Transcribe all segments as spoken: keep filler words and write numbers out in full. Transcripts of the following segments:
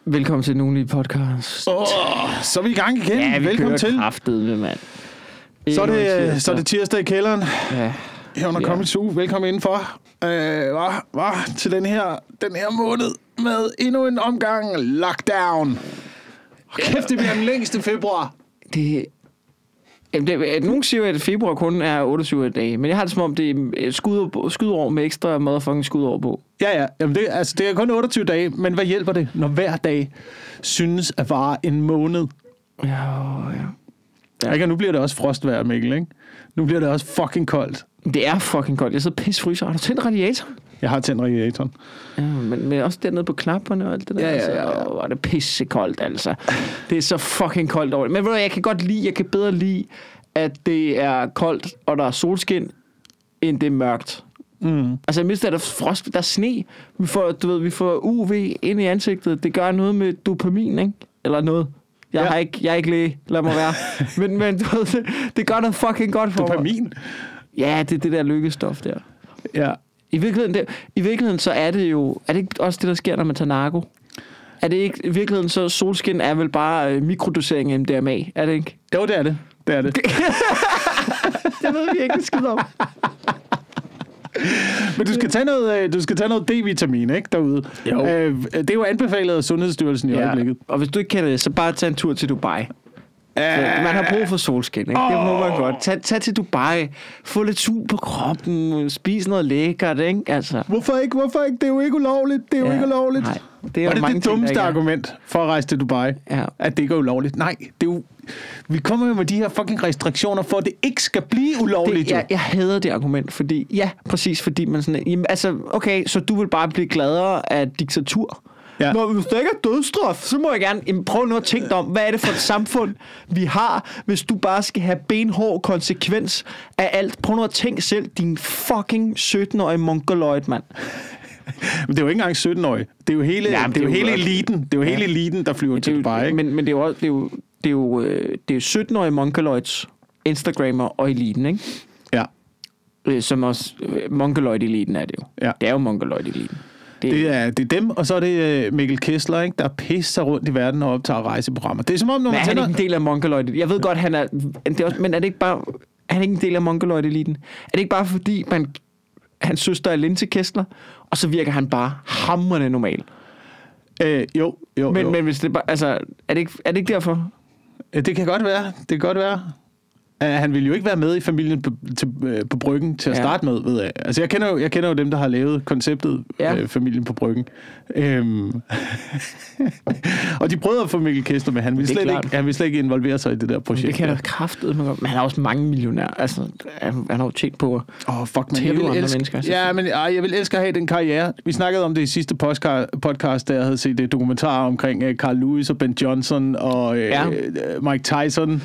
Velkommen til nogle podcast. Oh, så er vi i gang igen. Ja, vi Velkommen til. Kraftedeme, mand. Så er, det, så er det tirsdag i kælderen. Ja. Her under Ja. Comedy Zoo. Velkommen indenfor. Øh, var, var til den her, den her måned med endnu en omgang lockdown. Og kæft, det bliver den længste februar. Det... Jamen, det, nogen siger jo, at februar kun er otteogtyve dage, men jeg har det som om, det er skud, skudår med ekstra motherfucking skudår på. Ja, ja. Jamen det, altså, det er kun otteogtyve dage, men hvad hjælper det, når hver dag synes at vare en måned? Ja, ja. Ja. Ikke, og nu bliver det også frostvejr, Mikkel, ikke? Nu bliver det også fucking koldt. Det er fucking koldt. Jeg sidder pissfryser. Har du tændt radiatoren? Jeg har tændt radiatoren. Ja, men, men også dernede på knapperne og alt det der. Ja, ja, ja, ja. Altså, åh, hvor er det pissekoldt, altså. Det er så fucking koldt over det. Men ved du, jeg kan godt lide, jeg kan bedre lide, at det er koldt, og der er solskin, end det er mørkt. Mm. Altså, mindst er der frost, der er sne. Vi får, du ved, vi får U V ind i ansigtet. Det gør noget med dopamin, ikke? Eller noget. Jeg, ja. har ikke, jeg er ikke læge, lad mig være. men men du ved, det, det gør noget fucking godt for dopamin? mig. Ja, det er det der lykkestof der. Ja. I virkeligheden, det, I virkeligheden så er det jo... Er det ikke også det, der sker, når man tager narko? Er det ikke... I virkeligheden så solskin er vel bare øh, mikrodosering af M D M A? Er det ikke? Jo, det er det. Det er det. Det ved vi ikke en skid om. Men du skal tage noget, du skal tage noget D-vitamin, ikke, derude. Jo. Øh, det er jo anbefalet af Sundhedsstyrelsen i Ja. øjeblikket. Og hvis du ikke kender det, så bare tag en tur til Dubai. Så man har brug for solskin, ikke? Det må man godt. Tag, tag til Dubai, få lidt sul på kroppen, spis noget lækkert, ikke? Altså. Hvorfor ikke? Hvorfor ikke? Det er jo ikke ulovligt. Det er jo Ja, ikke ulovligt. nej. Det er og det er mange det ting, dummeste der ikke er. argument for at rejse til Dubai, Ja. at det ikke er ulovligt. Nej, det er jo... Vi kommer jo med de her fucking restriktioner, for at det ikke skal blive ulovligt. Det, jeg, jeg hader det argument, fordi... Ja, præcis, fordi man sådan... Jamen, altså, okay, så du vil bare blive gladere af diktatur. Ja. Når hvis der ikke er dødsstraf, så må jeg gerne jamen, prøve noget at tænke dig om, hvad er det for et samfund, vi har, hvis du bare skal have benhård konsekvens af alt. Prøv nu at tænke selv, din fucking sytten-årige mongoloid, mand. Men det er jo ikke engang sytten-årige. Det er jo hele, Ja, det er jo det er jo hele godt. eliten. Det er jo hele eliten, der flyver Det til er jo- Dubai, ikke? Men, men det er jo også... Det er jo, det er jo, øh, det er jo sytten-årige mongoloids, Instagrammer og eliten, ikke? Ja. Øh, Som også... Øh, mongoloid-eliten er det jo. Ja. Det er jo mongoloid-eliten. Det, Det er, det er dem, og så er det uh, Mikkel Kessler, ikke, der pisser rundt i verden og optager rejseprogrammer. Det er som om, når Men man er han tænder... ikke en del af mongoloid? Jeg ved godt, han er... Det er også, men er det ikke bare... Er han ikke en del af mongoloid-eliten? Er det ikke bare fordi, man, hans søster er Linse Kessler, og så virker han bare hamrende normal? Øh, jo, jo, Men, jo. men hvis det bare... Altså, er det ikke, er det ikke derfor? Øh, Det kan godt være. Det kan godt være. Uh, han ville jo ikke være med i familien på, til, uh, på Bryggen til at Ja. starte med, ved jeg. Altså, jeg kender jo, jeg kender jo dem, der har lavet konceptet Ja. uh, familien på Bryggen. Um, og de prøvede at få Mikkel Kessler, men han ville, Det er slet klart. ikke, han ville slet ikke involvere sig i det der projekt. Det kan der. da kraftedeme godt. Men han er også mange millionær. Altså, han, han har jo tjent på... Åh, oh, fuck, man. Tæve Jeg vil andre elske, mennesker, altså. ja, men ej, jeg vil elske at have den karriere. Vi snakkede om det i sidste podcast, podcast da jeg havde set et dokumentar omkring uh, Carl Lewis og Ben Johnson og uh, Ja. uh, Mike Tyson.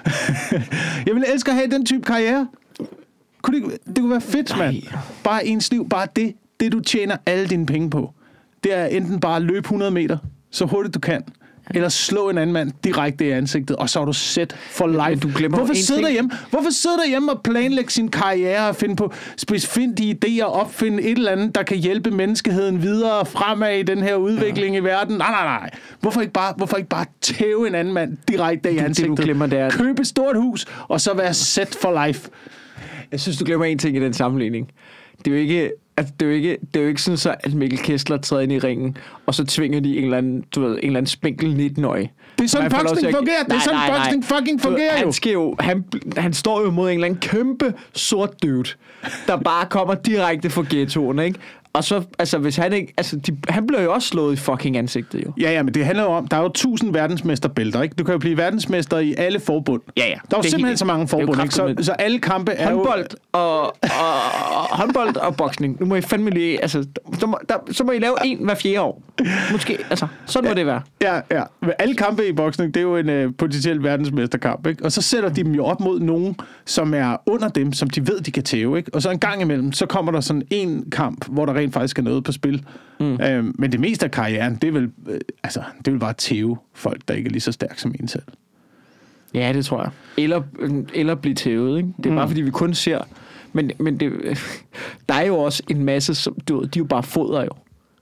Jeg vil elske at have den type karriere. Kunne det, det kunne være fedt, mand. Bare ens liv, bare det, det du tjener alle dine penge på. Det er enten bare at løbe hundrede meter, så hurtigt du kan, eller slå en anden mand direkte i ansigtet, og så er du set for life. du glemmer Hvorfor en sidde ting. derhjemme? Hvorfor sidde derhjemme og planlægge sin karriere og finde på specifikke idéer, opfinde et eller andet, der kan hjælpe menneskeheden videre fremad i den her udvikling ja. i verden? Nej, nej, nej. Hvorfor ikke bare, hvorfor ikke bare tæve en anden mand direkte i du ansigtet? glemmer, det er- Købe et stort hus, og så være set for life. Jeg synes, du glemmer en ting i den sammenligning. Det er jo ikke... Altså, det, er jo ikke, det er jo ikke sådan, så, at Mikkel Kessler træder ind i ringen, og så tvinger de en eller anden, du ved, en eller anden spinkel nitten-årig. Det er sådan, Man får lov til boxing at- fungerer. Det er Nej, sådan, nej, nej. boxing fucking Du ved, fungerer jo. Han, skal jo han, han står jo mod en eller anden kæmpe sort dude, der bare kommer direkte fra ghettoen, ikke? Og så, altså, hvis han ikke... Altså, de, han bliver jo også slået i fucking ansigtet, jo. Ja, ja, men det handler jo om, der er jo tusind verdensmesterbælter, ikke? Du kan jo blive verdensmester i alle forbund. Ja, ja. Der er jo Det er simpelthen helt- så mange det er jo forbund, ikke? Så, kraftedeme- så alle kampe er Håndbold jo... og, og, og, håndbold og boksning. Nu må I fandme lige... Altså, så må, der, så må I lave en hver fjerde år. Måske, altså, sådan må det være. Ja, ja. Men alle kampe i boksning, det er jo en uh, potentiel verdensmesterkamp, ikke? Og så sætter de dem jo op mod nogen, som er under dem, som de ved, de kan tæve, ikke? Og så en gang imellem, så kommer der sådan en kamp, hvor der rent faktisk er noget på spil. Mm. Øhm, men det meste af karrieren, det er vel, øh, altså, det vil bare tæve folk, der ikke er lige så stærke som en selv. Ja, det tror jeg. Eller, eller blive tævet, ikke? Det er mm. bare, fordi vi kun ser... Men, men det, der er jo også en masse, som, du ved, de er jo bare foder jo.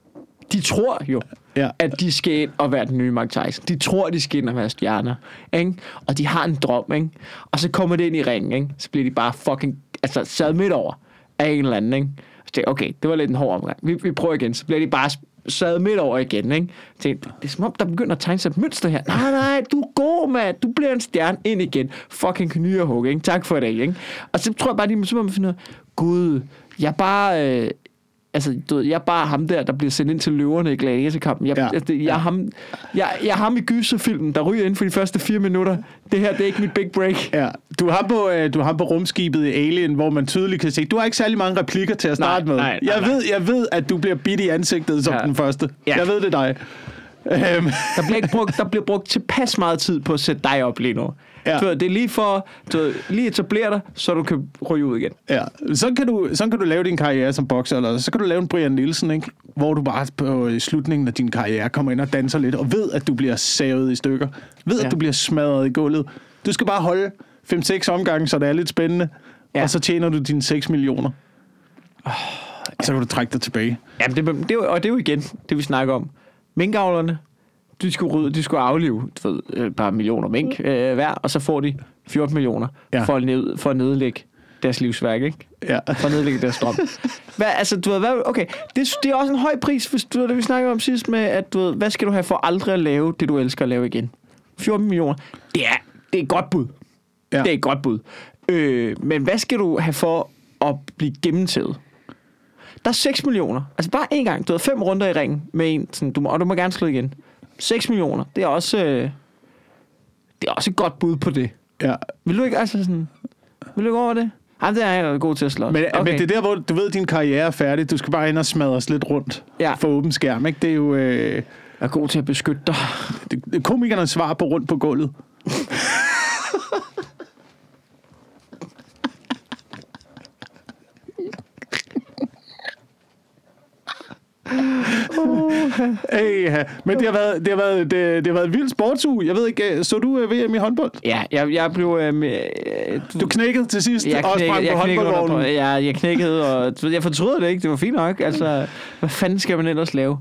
de tror jo, Ja. at de skal ind og være den nye Mike Tyson. De tror, de skal ind og være stjerner. Ikke? Og de har en drøm, ikke? Og så kommer det ind i ringen, ikke? Så bliver de bare fucking altså, sad midt over af en eller anden. Ikke? Så tænkte, okay, det var lidt en hård omgang. Vi, vi prøver igen. Så bliver de bare sad midt over igen. Ikke? Så tænkte, det er som om, der begynder at tegne sig et mønster her. Nej, nej, du er god, mand. Du bliver en stjerne ind igen. Fucking knyerhug, ikke? Tak for det, ikke? Og så tror jeg bare, de må simpelthen finde ud af, gud, jeg bare... Øh, Altså, du ved, jeg er bare ham der, der bliver sendt ind til løverne i gladiatorkampen. Jeg, Ja. jeg, jeg, jeg, er ham, jeg, jeg er ham i gyserfilmen, der ryger ind for de første fire minutter. Det her, det er ikke mit big break. Ja. Du har på, øh, du har på rumskibet i Alien, hvor man tydeligt kan se, du har ikke særlig mange replikker til at starte Nej, med. nej, nej, jeg, nej. ved, jeg ved, at du bliver bidt i ansigtet som Ja. den første. Ja. Jeg ved det dig. Øhm. Der bliver, ikke brugt, der bliver brugt tilpas meget tid på at sætte dig op lige nu. Ja. Du ved, det er lige for du ved, lige etablere dig, så du kan ryge ud igen. Ja, så kan, du, så kan du lave din karriere som bokser, eller så kan du lave en Brian Nielsen, ikke? Hvor du bare på slutningen af din karriere kommer ind og danser lidt, og ved, at du bliver savet i stykker. Ved, Ja. at du bliver smadret i gulvet. Du skal bare holde fem seks omgange, så det er lidt spændende, Ja. og så tjener du dine seks millioner. Oh, og så kan du trække dig tilbage. Jamen, det, det, er jo- og det er jo igen det, vi snakker om. Minkavlerne, de skulle, rydde, de skulle aflive du ved, et par millioner mink øh, hver, og så får de fjorten millioner Ja. for, at ned, for at nedlægge deres livsværk, ikke? Ja. For at nedlægge deres drøm. Hvad, altså, du ved, hvad, okay, det, det er også en høj pris, hvis du ved, det vi snakker om sidst med, at du ved, hvad skal du have for aldrig at lave det, du elsker at lave igen? fjorten millioner. Det er, det er et godt bud. Ja. Det er et godt bud. Øh, men hvad skal du have for at blive gennemtævet? Der er seks millioner. Altså bare en gang. Du har fem runder i ringen med en. Sådan, du må, og du må gerne slå igen. seks millioner. Det er også... Øh, det er også et godt bud på det. Ja. Vil du ikke altså sådan... Vil du ikke over det? Jamen, det er jeg god til at slå. Men, okay. men det er der, hvor du ved, at din karriere er færdig. Du skal bare ind og smadres lidt rundt Ja. for åben skærm, ikke? Det er jo øh, Jeg er god til at beskytte dig. det, det, komikernes svar på rundt på gulvet. Hey, men det har været, det har været, det, det har været en vild sportsuge. Jeg ved ikke, så du V M i håndbold? Ja, jeg, jeg blev... Øh, med, øh, Du knækkede til sidst jeg og knækkede, sprang på jeg knækkede under, håndboldvognen. ja, jeg knækkede, og du ved, jeg fortryder det ikke. Det var fint nok. Altså, hvad fanden skal man ellers lave?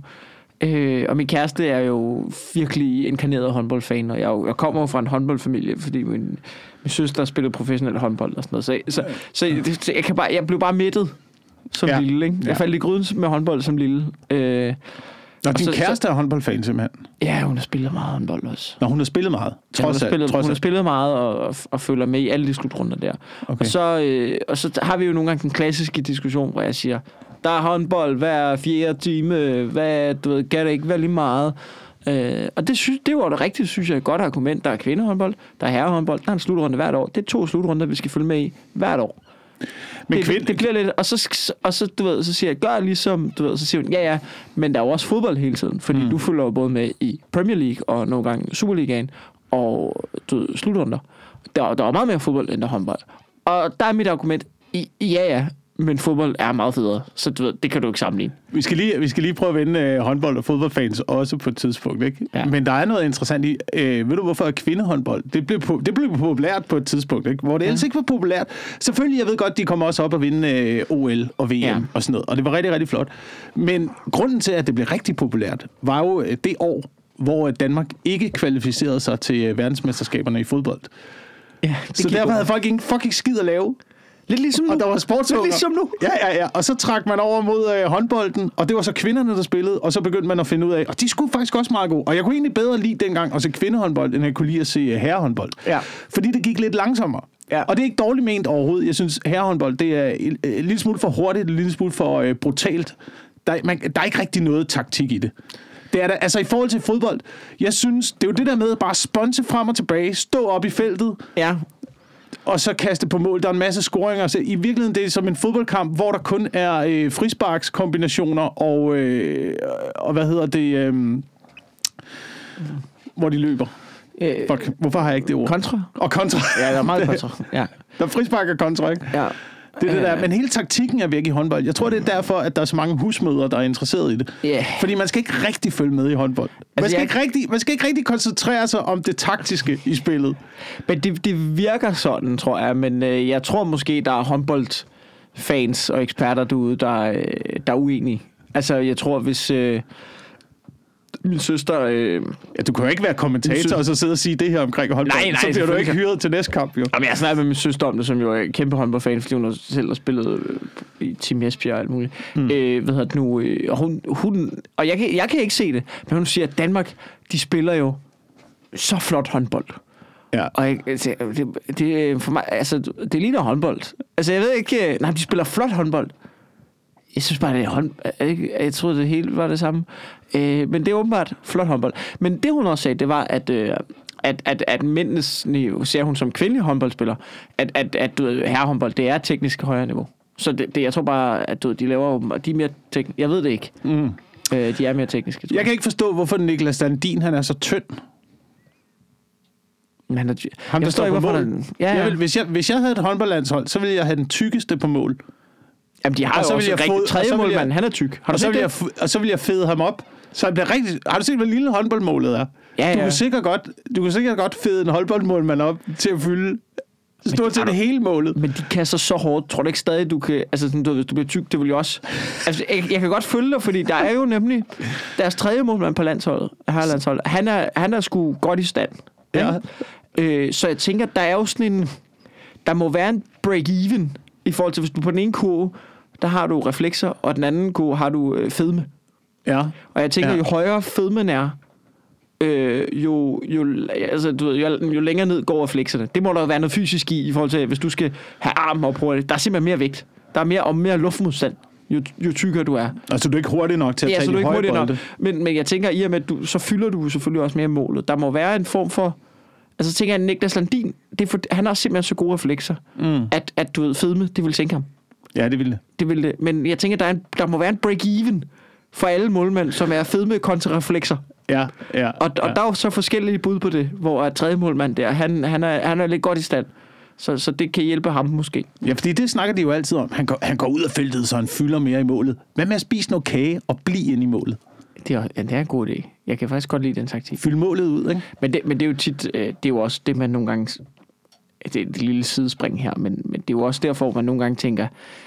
Øh, og min kæreste er jo virkelig inkarneret håndboldfan, og jeg, er jo- jeg kommer jo fra en håndboldfamilie, fordi min, min søster spillede professionel håndbold og sådan noget. Så, så, så, det, så jeg, kan bare, jeg blev bare mættet som Ja. ja. lille. Ikke? Ja. Jeg faldt i gryden med håndbold som lille. Øh, Nå, og din så- kæreste er håndboldfan simpelthen. ja, hun har spillet meget håndbold også. Nå, hun har spillet meget. Ja, hun, har Trods alt. spillet, Trods hun har alt. spillet meget og, og, og følger med i alle de slutrunder der. Okay. Og, så, øh, og så har vi jo nogle gange den klassiske diskussion, hvor jeg siger, der er håndbold hver fjerde time, hvad, du ved, kan det ikke være lige meget? Øh, og det, synes, det var det rigtigt, synes jeg, et godt argument. Der er kvindehåndbold, der er herrehåndbold, der er en slutrunde hvert år. Det er to slutrunder, vi skal følge med i hvert år. Men det, kvinde- det, det bliver lidt, og så, og så, du ved, så siger jeg, gør ligesom, du ved, så siger hun, ja, ja, men der er jo også fodbold hele tiden, fordi mm. du følger jo både med i Premier League og nogle gange Superligaen og du ved, slutrunder. Der, der er meget mere fodbold end der håndbold. Og der er mit argument, i, ja, ja, men fodbold er meget federe, så du ved, det kan du ikke sammenligne. Vi skal lige, vi skal lige prøve at vende øh, håndbold og fodboldfans også på et tidspunkt, ikke? Ja. Men der er noget interessant i, øh, ved du hvorfor er kvindehåndbold? Det blev, på, det blev populært på et tidspunkt, ikke? Hvor det ellers ikke var populært. Selvfølgelig, jeg ved godt, de kommer også op og vinde øh, O L og V M Ja. og sådan noget, og det var rigtig, rigtig flot. Men grunden til, at det blev rigtig populært, var jo øh, det år, hvor Danmark ikke kvalificerede sig til øh, verdensmesterskaberne i fodbold. Ja, Så derfor havde folk ikke fucking skid at lave. lidt ligesom nu. Og der var sportsunger. Lidt ligesom nu. Ja, ja, ja. Og så trak man over mod øh, håndbolden, og det var så kvinderne, der spillede, og så begyndte man at finde ud af, og de skulle faktisk også meget gode. Og jeg kunne egentlig bedre lide dengang at se kvindehåndbold, end jeg kunne lide at se uh, herrehåndbold. Ja. Fordi det gik lidt langsommere. Ja. Og det er ikke dårligt ment overhovedet. Jeg synes, herrehåndbold, det er en, en lille smule for hurtigt, en lille smule for øh, brutalt. Der, man, der er ikke rigtig noget taktik i det. Det er der, altså i forhold til fodbold, jeg synes, det er jo det der med at bare sponse frem og tilbage, stå op i feltet, Ja, og så kaste på mål. Der er en masse scoringer. Så i virkeligheden det er som en fodboldkamp, hvor der kun er øh, frisparkskombinationer og, øh, og hvad hedder det, øh, hvor de løber. øh, Fuck, hvorfor har jeg ikke det ord? kontra. Og kontra. Ja, der er meget kontra. Ja, Der er frispark og kontra, ikke? ja. Det er det der. Øh. Men hele taktikken er væk i håndbold. Jeg tror, det er derfor, at der er så mange husmødre, der er interesseret i det. Yeah. Fordi man skal ikke rigtig følge med i håndbold. Man, Altså, skal jeg- ikke rigtig, man skal ikke rigtig koncentrere sig om det taktiske i spillet. Men det, det virker sådan, tror jeg. Men øh, jeg tror måske, der er håndboldfans og eksperter derude, der, øh, der er uenige. Altså, jeg tror, hvis... Øh, min søster... Øh, ja, du kan jo ikke være kommentator og så sidde og sige det her omkring håndbold. Nej, nej, så bliver du ikke hyret til næste kamp, jo. Jamen, jeg snakker med min søster om det, som jo er kæmpe håndboldfan, fordi hun har selv har spillet øh, i Team Esbjerg og alt muligt. Mm. Øh, hvad hedder det nu? Øh, og hun, hun, og jeg kan, jeg kan ikke se det, men hun siger, at Danmark, de spiller jo så flot håndbold. Ja. Og jeg, altså, det, det, for mig, altså, det ligner håndbold. Altså, jeg ved ikke... Nej, de spiller flot håndbold. Jeg synes bare, det er hånd... Jeg troede, det hele var det samme. Øh, men det er åbenbart flot håndbold. Men det, hun også sagde, det var, at... Øh, at, at, at mændenes niveau, ser hun som kvindelig håndboldspiller, at, at, at du ved, herrehåndbold, det er teknisk højere niveau. Så det, det, jeg tror bare, at du ved, de laver... De er mere teknisk. Jeg ved det ikke. Mm. Øh, de er mere tekniske. Jeg. jeg kan ikke forstå, hvorfor Niklas Dandin, han er så tynd. Han er, Ham, der står på mål. Den, ja, ja. Jeg vil, hvis, jeg, hvis jeg havde et håndboldlandshold, så ville jeg have den tykkeste på mål. Jamen, de har og jo så også en rigtig tredje målmand. Han er tyk. Har du og, så vil jeg, og så vil jeg fede ham op. Så han bliver rigtig... Har du set, hvor lille håndboldmålet er? Ja, ja. Du kan sikkert godt, du kan sikkert godt fede en håndboldmålmand op til at fylde stort set det hele målet. Men de kaster så hårdt. Tror du ikke stadig, du kan... Altså, sådan, du, hvis du bliver tyk, det vil jo også... Altså, jeg, jeg kan godt følge dig, fordi der er jo nemlig... Deres tredje målmand på landsholdet, herrelandsholdet, han er, han er sgu godt i stand. Ja. Øh, så jeg tænker, der er jo sådan en... Der må være en break-even i forhold til, hvis du på den ene kurve, der har du reflekser, og den anden kurve har du øh, fedme. Ja. Og jeg tænker, ja. jo højere fedmen er, øh, jo, jo, altså, du ved, jo, jo længere ned går reflekserne. Det må der være noget fysisk i, i forhold til, hvis du skal have armen op på det. Der er simpelthen mere vægt. Der er mere og mere luftmodstand, jo, jo tykkere du er. Altså, du er ikke hurtig nok til at ja, tage de høje bolde. Men, men jeg tænker, i og med, at du, så fylder du selvfølgelig også mere målet. Der må være en form for... Altså, tænker jeg, Niklas Landin, det er for, han har simpelthen så gode reflekser, mm. at, at du ved, fedme, det vil sænke ham. Ja, det vil det. Det vil det. Men jeg tænker, der, er en, der må være en break-even for alle målmænd, som er fedme kontra reflekser. Ja, ja. Og, og ja. der er jo så forskellige bud på det, hvor tredje målmand der, han, han, er, han er lidt godt i stand. Så, så det kan hjælpe ham måske. Ja, fordi det snakker de jo altid om. Han går, han går ud af feltet, så han fylder mere i målet. Hvad med at spise noget kage og blive ind i målet? Det er, ja, det er en god idé. Jeg kan faktisk godt lide den taktik. Fyld målet ud, ikke? Men det, men det er jo tit, det er jo også det, man nogle gange... Det er et lille sidespring her, men, men det er jo også derfor, man nogle gange tænker,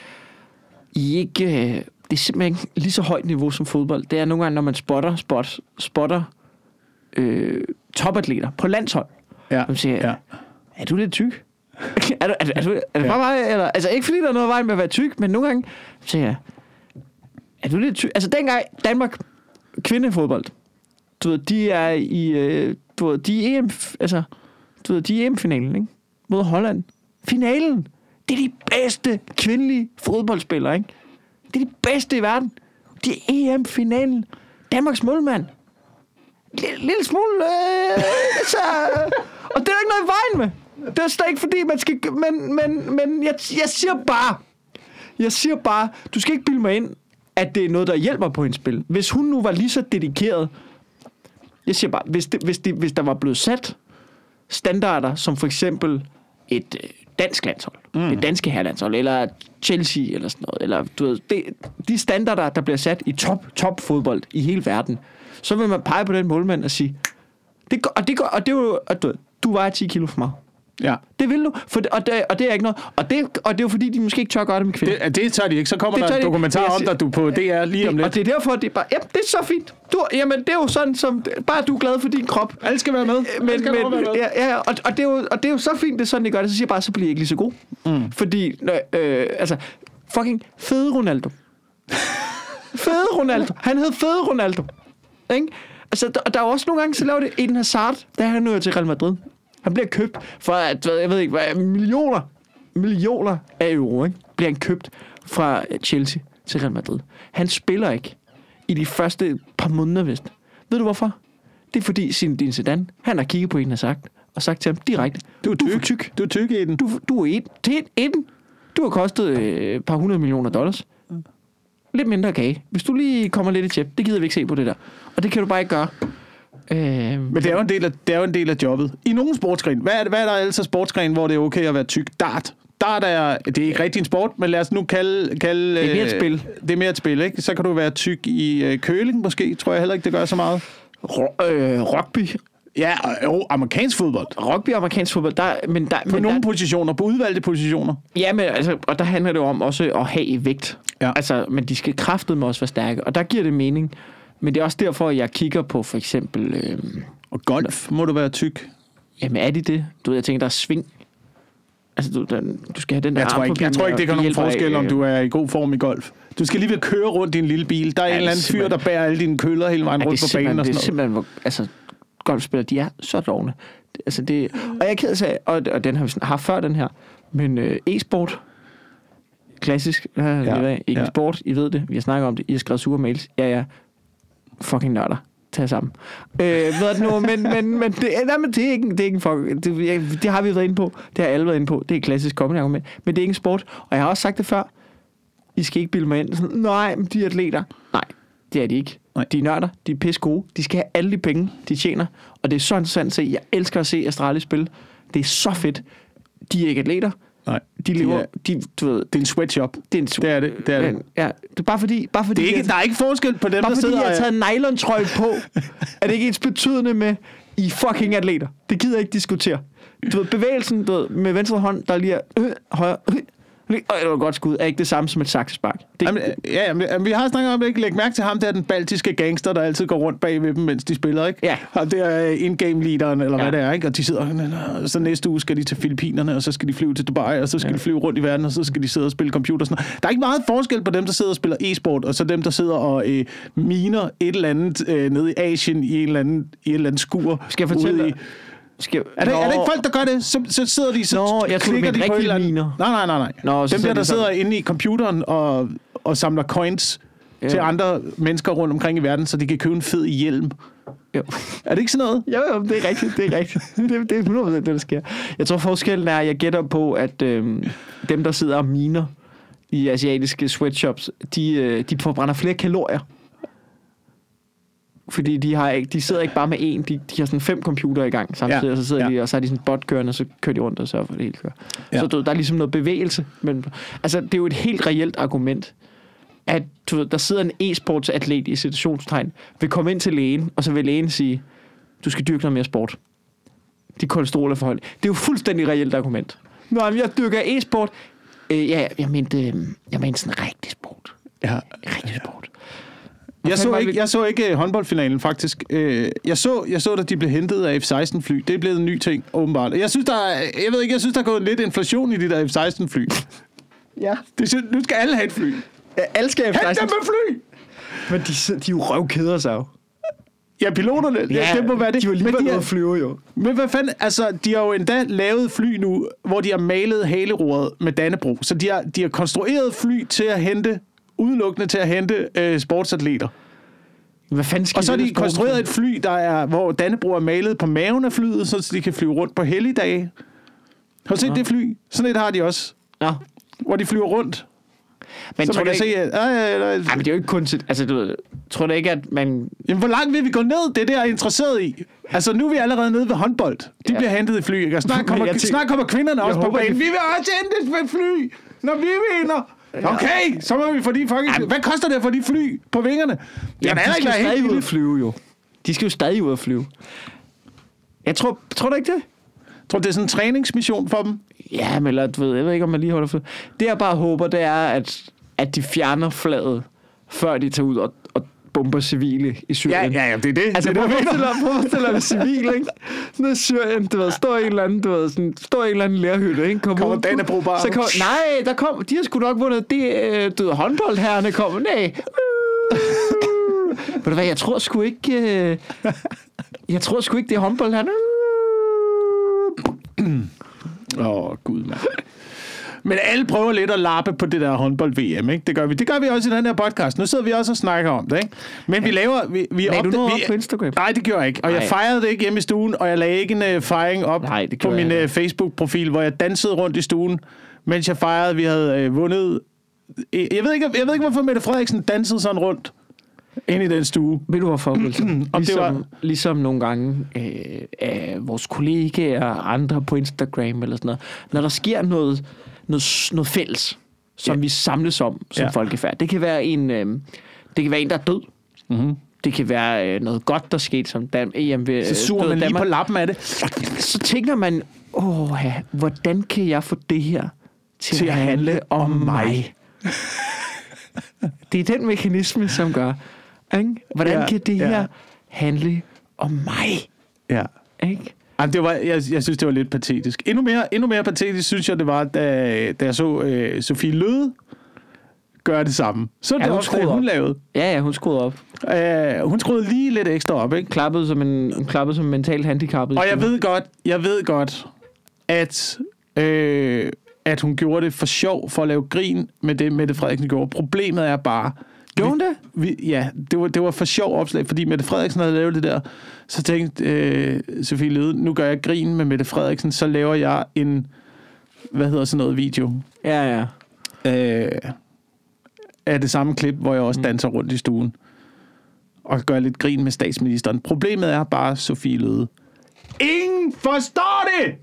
I ikke... Det er simpelthen ikke lige så højt niveau som fodbold. Det er nogle gange, når man spotter, spot, spotter øh, topatleter på landshold. Ja, som siger, ja. Er du lidt tyk? er, du, er, er, du, er det bare mig? Eller, altså ikke fordi der er noget vej med at være tyk, men nogle gange siger jeg, er du lidt tyk? Altså dengang Danmark kvindefodbold, du ved, de er i, øh, du ved, de er E M, altså, du ved, de er E M-finalen, ikke? Mod Holland. Finalen. Det er de bedste kvindelige fodboldspillere, ikke? Det er de bedste i verden. De er E M-finalen. Danmarks målmand. Lille, lille smule, øh, så, og det er ikke noget i vejen med. Det er slet ikke fordi, man skal, men, men, men jeg, jeg siger bare, jeg siger bare, du skal ikke bilde mig ind, at det er noget, der hjælper på hendes spil. Hvis hun nu var lige så dedikeret, jeg siger bare, hvis, det, hvis, det, hvis der var blevet sat standarder, som for eksempel et øh, dansk landshold, mm. det danske herrelandshold, eller Chelsea, eller sådan noget, eller du ved, det, de standarder, der bliver sat i top, top fodbold i hele verden, så vil man pege på den målmand og sige, det går, og det går, og det er jo, og du, du vejer ti kilo for meget. Ja. Det vil du, for, og, det, og det er ikke noget, og det, og det er jo fordi, de måske ikke tør gøre det med kvinder. Det, det tager de ikke, så kommer det der en dokumentar om dig, du på D R lige om lidt. Og det er derfor, det er bare, ja, det er så fint. Du, jamen, det er jo sådan, som, bare du er glad for din krop. Alle skal være med. Men, Alle skal men, være med. Ja, ja, og, og, det er jo, og det er jo så fint, det er sådan, de gør det, så siger jeg bare, så bliver jeg ikke lige så god. Mm. Fordi, øh, altså, fucking fede Ronaldo. Fede Ronaldo. Han hed Fede Ronaldo. Ikke? Altså, der, der er også nogle gange, så laver det Eden Hazard, da han nu er til Real Madrid. Han bliver købt for, at, jeg ved ikke, hvad, millioner, millioner af euro, ikke? Bliver han købt fra Chelsea til Real Madrid. Han spiller ikke i de første par måneder, vist. Ved du hvorfor? Det er fordi Zinedine Zidane, han har kigget på en og sagt, og sagt til ham direkte, du er tyk. Du er tyk. Du er tyk i den. Du, du er et. Det er Eden. Du har kostet øh, et par hundrede millioner dollars. Lidt mindre kage. Hvis du lige kommer lidt i tjep, det gider vi ikke se på det der. Og det kan du bare ikke gøre. Øh, Men det er, jo en del af, det er jo en del af jobbet. I nogle sportsgren. Hvad er, hvad er der ellers af sportsgren, hvor det er okay at være tyk? Dart. Dart er, det er ikke rigtig en sport, men lad os nu kalde... kalde det er mere et spil. Øh, det er mere et spil, ikke? Så kan du være tyk i øh, køling måske, tror jeg heller ikke, det gør så meget. Ro- øh, rugby. Ja, og amerikansk fodbold. Rugby og amerikansk fodbold, der, men der, på men nogle der, positioner, på udvalgte positioner. Ja, men altså, og der handler det om også at have vægt. Ja. Altså, men de skal kraftedeme også være stærke, og der giver det mening, Men det er også derfor, jeg kigger på for eksempel... Øh, og golf må du være tyk. Jamen er det det? Du ved, jeg tænker, der er sving. Altså, du, den, du skal have den der jeg tror ikke, jeg tror ikke, det kan nogen forskel, om du er i god form i golf. Du skal lige ved køre rundt i en lille bil. Der er ja, en eller anden fyr, der bærer alle dine køller hele vejen ja, rundt på banen og sådan noget. Det er simpelthen, hvor, altså, golfspillere, de er så dovne. Altså, det, og jeg er ked af, og, og den har vi haft før, den her. Men øh, e-sport, klassisk, øh, ja, ikke ja. Sport, I ved det, vi har snakket om det, I har skrevet super mails. Ja, ja, fucking nørder. Tage sammen. Øh, ved du nu, men, men, men, det, nej, men det er ikke, det er ikke en fuck, det, jeg, det har vi været inde på. Det har alle været inde på. Det er et klassisk kommende argument. Men det er ikke en sport. Og jeg har også sagt det før. I skal ikke bilde mig ind. Sådan, nej, men de er atleter. Nej, det er de ikke. Nej. De er nørder. De er pisse gode. De skal have alle de penge, de tjener. Og det er så interessant at se. Jeg elsker at se Astralis spille. Det er så fedt. De er ikke atleter. Nej, de lever, de, de, du ved, det er en sweatshop. Det er en sweat. Det er det. Det er det. Ja, det er bare fordi, bare fordi det er ikke, der er ikke forskel på dem, bare der fordi sidder. Bare fordi jeg har taget en nylon trøje på, er det ikke ens betydende med I fucking atleter. Det gider jeg ikke diskutere. Du ved, bevægelsen du ved, med venstre hånd, der lige er øh, højre, øh, øh, det var godt skud, er ikke det samme som et saksespark. Det, jamen, ja, jamen, vi har snakket om det, ikke? Læg mærke til ham, der er den baltiske gangster, der altid går rundt bag ved dem, mens de spiller, ikke? Ja. Og det er in-game leaderen, eller ja. Hvad det er, ikke? Og de sidder, så næste uge skal de til Filippinerne, og så skal de flyve til Dubai, og så skal ja. De flyve rundt i verden, og så skal de sidde og spille computer. Sådan. Der er ikke meget forskel på dem, der sidder og spiller e-sport, og så dem, der sidder og øh, miner et eller andet øh, nede i Asien i en eller anden, i et eller andet skur. Skal jeg fortælle dig? Skal... Er, det, er det ikke folk, der gør det? Så, så sidder de, så Nå, jeg klikker tror, de på et eller andet. Miner. Nej, nej, nej, nej. Nå, dem der, der de sidder inde i computeren og, og samler coins ja. Til andre mennesker rundt omkring i verden, så de kan købe en fed hjelm. Jo. Er det ikke sådan noget? Jo, jo, det er rigtigt, det er rigtigt. Det, det er hundrede procent det, der sker. Jeg tror, forskellen er, at jeg gætter på, at øh, dem, der sidder og miner i asiatiske sweatshops, de, øh, de forbrænder flere kalorier. Fordi de, har ikke, de sidder ikke bare med én, de, de har sådan fem computere i gang samtidig, ja, og så sidder ja. De, og så har de sådan en bot kørende, og så kører de rundt og sørger for, at det hele kører. Ja. Så du, der er ligesom noget bevægelse. Men, altså, det er jo et helt reelt argument, at du ved, der sidder en e-sportsatlet i situationstegn, vil komme ind til lægen, og så vil lægen sige, du skal dyrke noget mere sport. De kolesteroler forhold. Det er jo fuldstændig reelt argument. Nå, men jeg dyrker e-sport. Øh, ja, jeg mente, jeg mente sådan en rigtig sport. Ja. Rigtig sport. Jeg så, ikke, jeg så ikke håndboldfinalen, faktisk. Jeg så, jeg så, at de blev hentet af F seksten fly. Det er blevet en ny ting, åbenbart. Jeg synes, der er, jeg ved ikke, jeg synes, der er gået lidt inflation i de der F seksten fly. Ja. Det, nu skal alle have et fly. Ja, alle skal have F seksten. Hent dem med fly! Men de, de er jo røvkeder sig jo. Ja, piloterne. Ja, det må være det. De var lige været ude at flyve, jo. Men hvad fanden? Altså, de har jo endda lavet fly nu, hvor de har malet haleroret med Dannebrog. Så de har, de har konstrueret fly til at hente, udelukkende til at hente øh, sportsatleter. Hvad fanden skal og så har de konstrueret et fly, der er, hvor Dannebrog er malet på maven af flyet, så de kan flyve rundt på helligdage. Har du set ja. Det fly? Sådan et har de også. Ja. Hvor de flyver rundt. Men så man kan ikke... se... At, øh, øh, øh. Ej, men det er jo ikke kun til... Altså, du ved, tror du ikke, at man... Jamen, hvor langt vil vi gå ned? Det er det, jeg er interesseret i. Altså, nu er vi allerede nede ved håndbold. De ja. Bliver hentet i fly, ikke? Og snart kommer, tænker... snart kommer kvinderne også på banen. De... Vi vil også hentes med fly, når vi vinder. Okay, så må vi få de fucking... Hvad koster det for de fly på vingerne? Ja, de skal jo stadig ud at flyve, jo. De skal jo stadig ud at flyve. Jeg tror... Tror du ikke det? Tror du, det er sådan en træningsmission for dem? Ja, men eller, du ved, jeg ved ikke, om man lige holder for... Det, jeg bare håber, det er, at, at de fjerner flaget, før de tager ud og, og bomber civile i Syrien. Ja, ja, ja, det er det. Altså, prøv at stille dig civile, ikke? Sådan noget Syrien, du ved, står en eller anden, du ved, sådan, står en eller anden lærhytte, ikke? Kom kommer Dannebrog bare. Så kom, nej, der kom, de har sgu nok vundet det, du ved, håndboldherrerne kommer, nej. Ved du hvad, jeg tror sgu ikke, jeg tror sgu ikke, det er håndboldherrerne. Åh, oh, gud, mand. Men alle prøver lidt at lappe på det der håndbold-V M, ikke? Det gør vi. Det gør vi også i den her podcast. Nu sidder vi også og snakker om det, ikke? Men ja. vi laver... Vi, vi lagde opda- du noget vi, op på Instagram? Nej, det gjorde jeg ikke. Og nej. Jeg fejrede det ikke hjemme i stuen, og jeg lagde ikke en uh, fejring op nej, på min uh, Facebook-profil, hvor jeg dansede rundt i stuen, mens jeg fejrede, vi havde uh, vundet... Jeg ved, ikke, jeg ved ikke, hvorfor Mette Frederiksen dansede sådan rundt ind i den stue. Ved du hvorfor, Wilson? Om ligesom, det var... ligesom nogle gange øh, af vores kollegaer og andre på Instagram eller sådan noget. Når der sker noget, noget, noget fælles, som ja. Vi samles om som ja. Folkefærd. Det kan være en, øh, det kan være en, der er død. Mm-hmm. Det kan være øh, noget godt, der skete som Dan- E M ved, så suger man lige Danmark. på lappen af det. Så tænker man, åh, hvordan kan jeg få det her til, til at handle om mig? Det er den mekanisme, som gør, Ikke? Hvordan Ja, kan det her ja. handle om mig? Ja. Ikke? Jamen, det var, jeg, jeg synes, det var lidt patetisk. Endnu mere, endnu mere patetisk, synes jeg, det var, da, da jeg så øh, Sofie Løde gøre det samme. Så Ja, det hun også, skruede det, hun op. lavede. Ja, ja, hun skruede op. Øh, hun skruede lige lidt ekstra op, ikke? Klappede som en, hun klappede som mentalt handicappet. Og jeg ved godt, jeg ved godt, at, øh, at hun gjorde det for sjov, for at lave grin med det, Mette Frederiksen gjorde. Problemet er bare... Gjorde hun det? Vi, ja, det var, det var for sjov opslag, fordi Mette Frederiksen havde lavet det der. Så tænkte øh, Sofie Løde, nu gør jeg grin med Mette Frederiksen, så laver jeg en, hvad hedder sådan noget, video. Ja, ja. Øh, af det samme klip, hvor jeg også danser rundt i stuen. Og gør lidt grin med statsministeren. Problemet er bare, Sofie Løde. Ingen forstår det!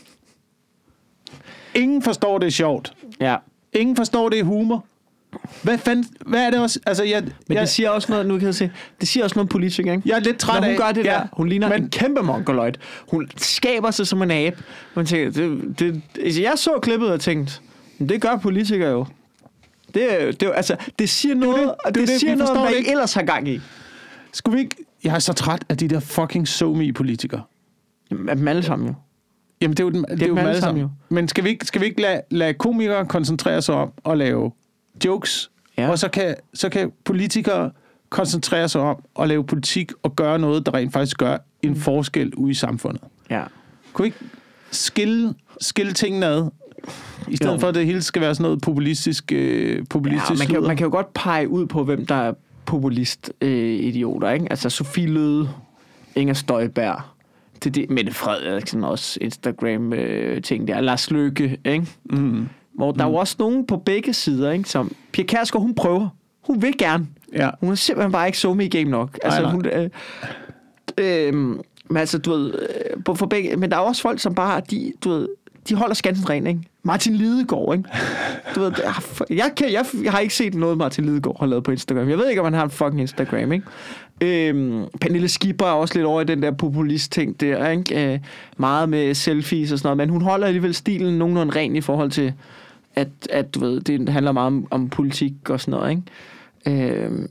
Ingen forstår det er sjovt. Ja. Ingen forstår det er humor. Hvad fanden, hvad er det også? Altså, jeg, Men jeg, det siger også noget, nu kan jeg se, det siger også noget om politikere, ikke? jeg er lidt træt Når hun af... gør det ja, der, hun ligner men, en kæmpe mongoloid. Hun skaber sig som en abe. Man tænker, det, det, altså jeg så klippet og tænkte, det gør politikere jo. Det, er- det, er- altså, det siger noget, det. det, Det er det, det, siger vi noget om, forstår hvad det I ikke. ellers har gang i. Skulle vi ikke... Jeg er så træt af de der fucking SoMe-politikere. Jamen, dem alle sammen jo. Jamen, det er jo, dem- det er jo dem dem alle alle sammen, sammen. Men skal vi ikke, skal vi ikke lade, lade komikere koncentrere sig om at lave jokes? Ja. Og så kan, så kan politikere koncentrere sig om at lave politik og gøre noget, der rent faktisk gør en forskel ude i samfundet. Ja. Kunne vi ikke skille, skille tingene ad? I stedet Jo. for, at det hele skal være sådan noget populistisk, øh, populistisk Ja, man, kan, jo- sludder. man kan jo godt pege ud på, hvem der er populist-idioter, ikke? Altså Sofie Løde, Inger Støjberg, det, det, Mette Frederiksen også, Instagram-ting der, Lars Løkke, ikke? Mm. Hvor der er jo også nogen på begge sider, ikke? Som Pia Kjærsgaard, hun prøver. Hun vil gerne. Ja. Hun er simpelthen bare ikke SoMe game nok. Altså, nej. hun, øh, øh, men altså, du ved, øh, på- for begge, men der er også folk, som bare, de, du ved, de holder skansen ren, ikke? Martin Lidegaard, ikke? Du ved, ah, for- jeg, kan, jeg, jeg har ikke set noget, Martin Lidegaard har lavet på Instagram. Jeg ved ikke, om han har en fucking Instagram, ikke? Øhm, Pernille Skipper er også lidt over i den der populist-ting der, ikke? Øh, meget med selfies og sådan noget, men hun holder alligevel stilen nogenlunde ren i forhold til, at, at du ved, det handler meget om, om politik og sådan noget, ikke? Øhm,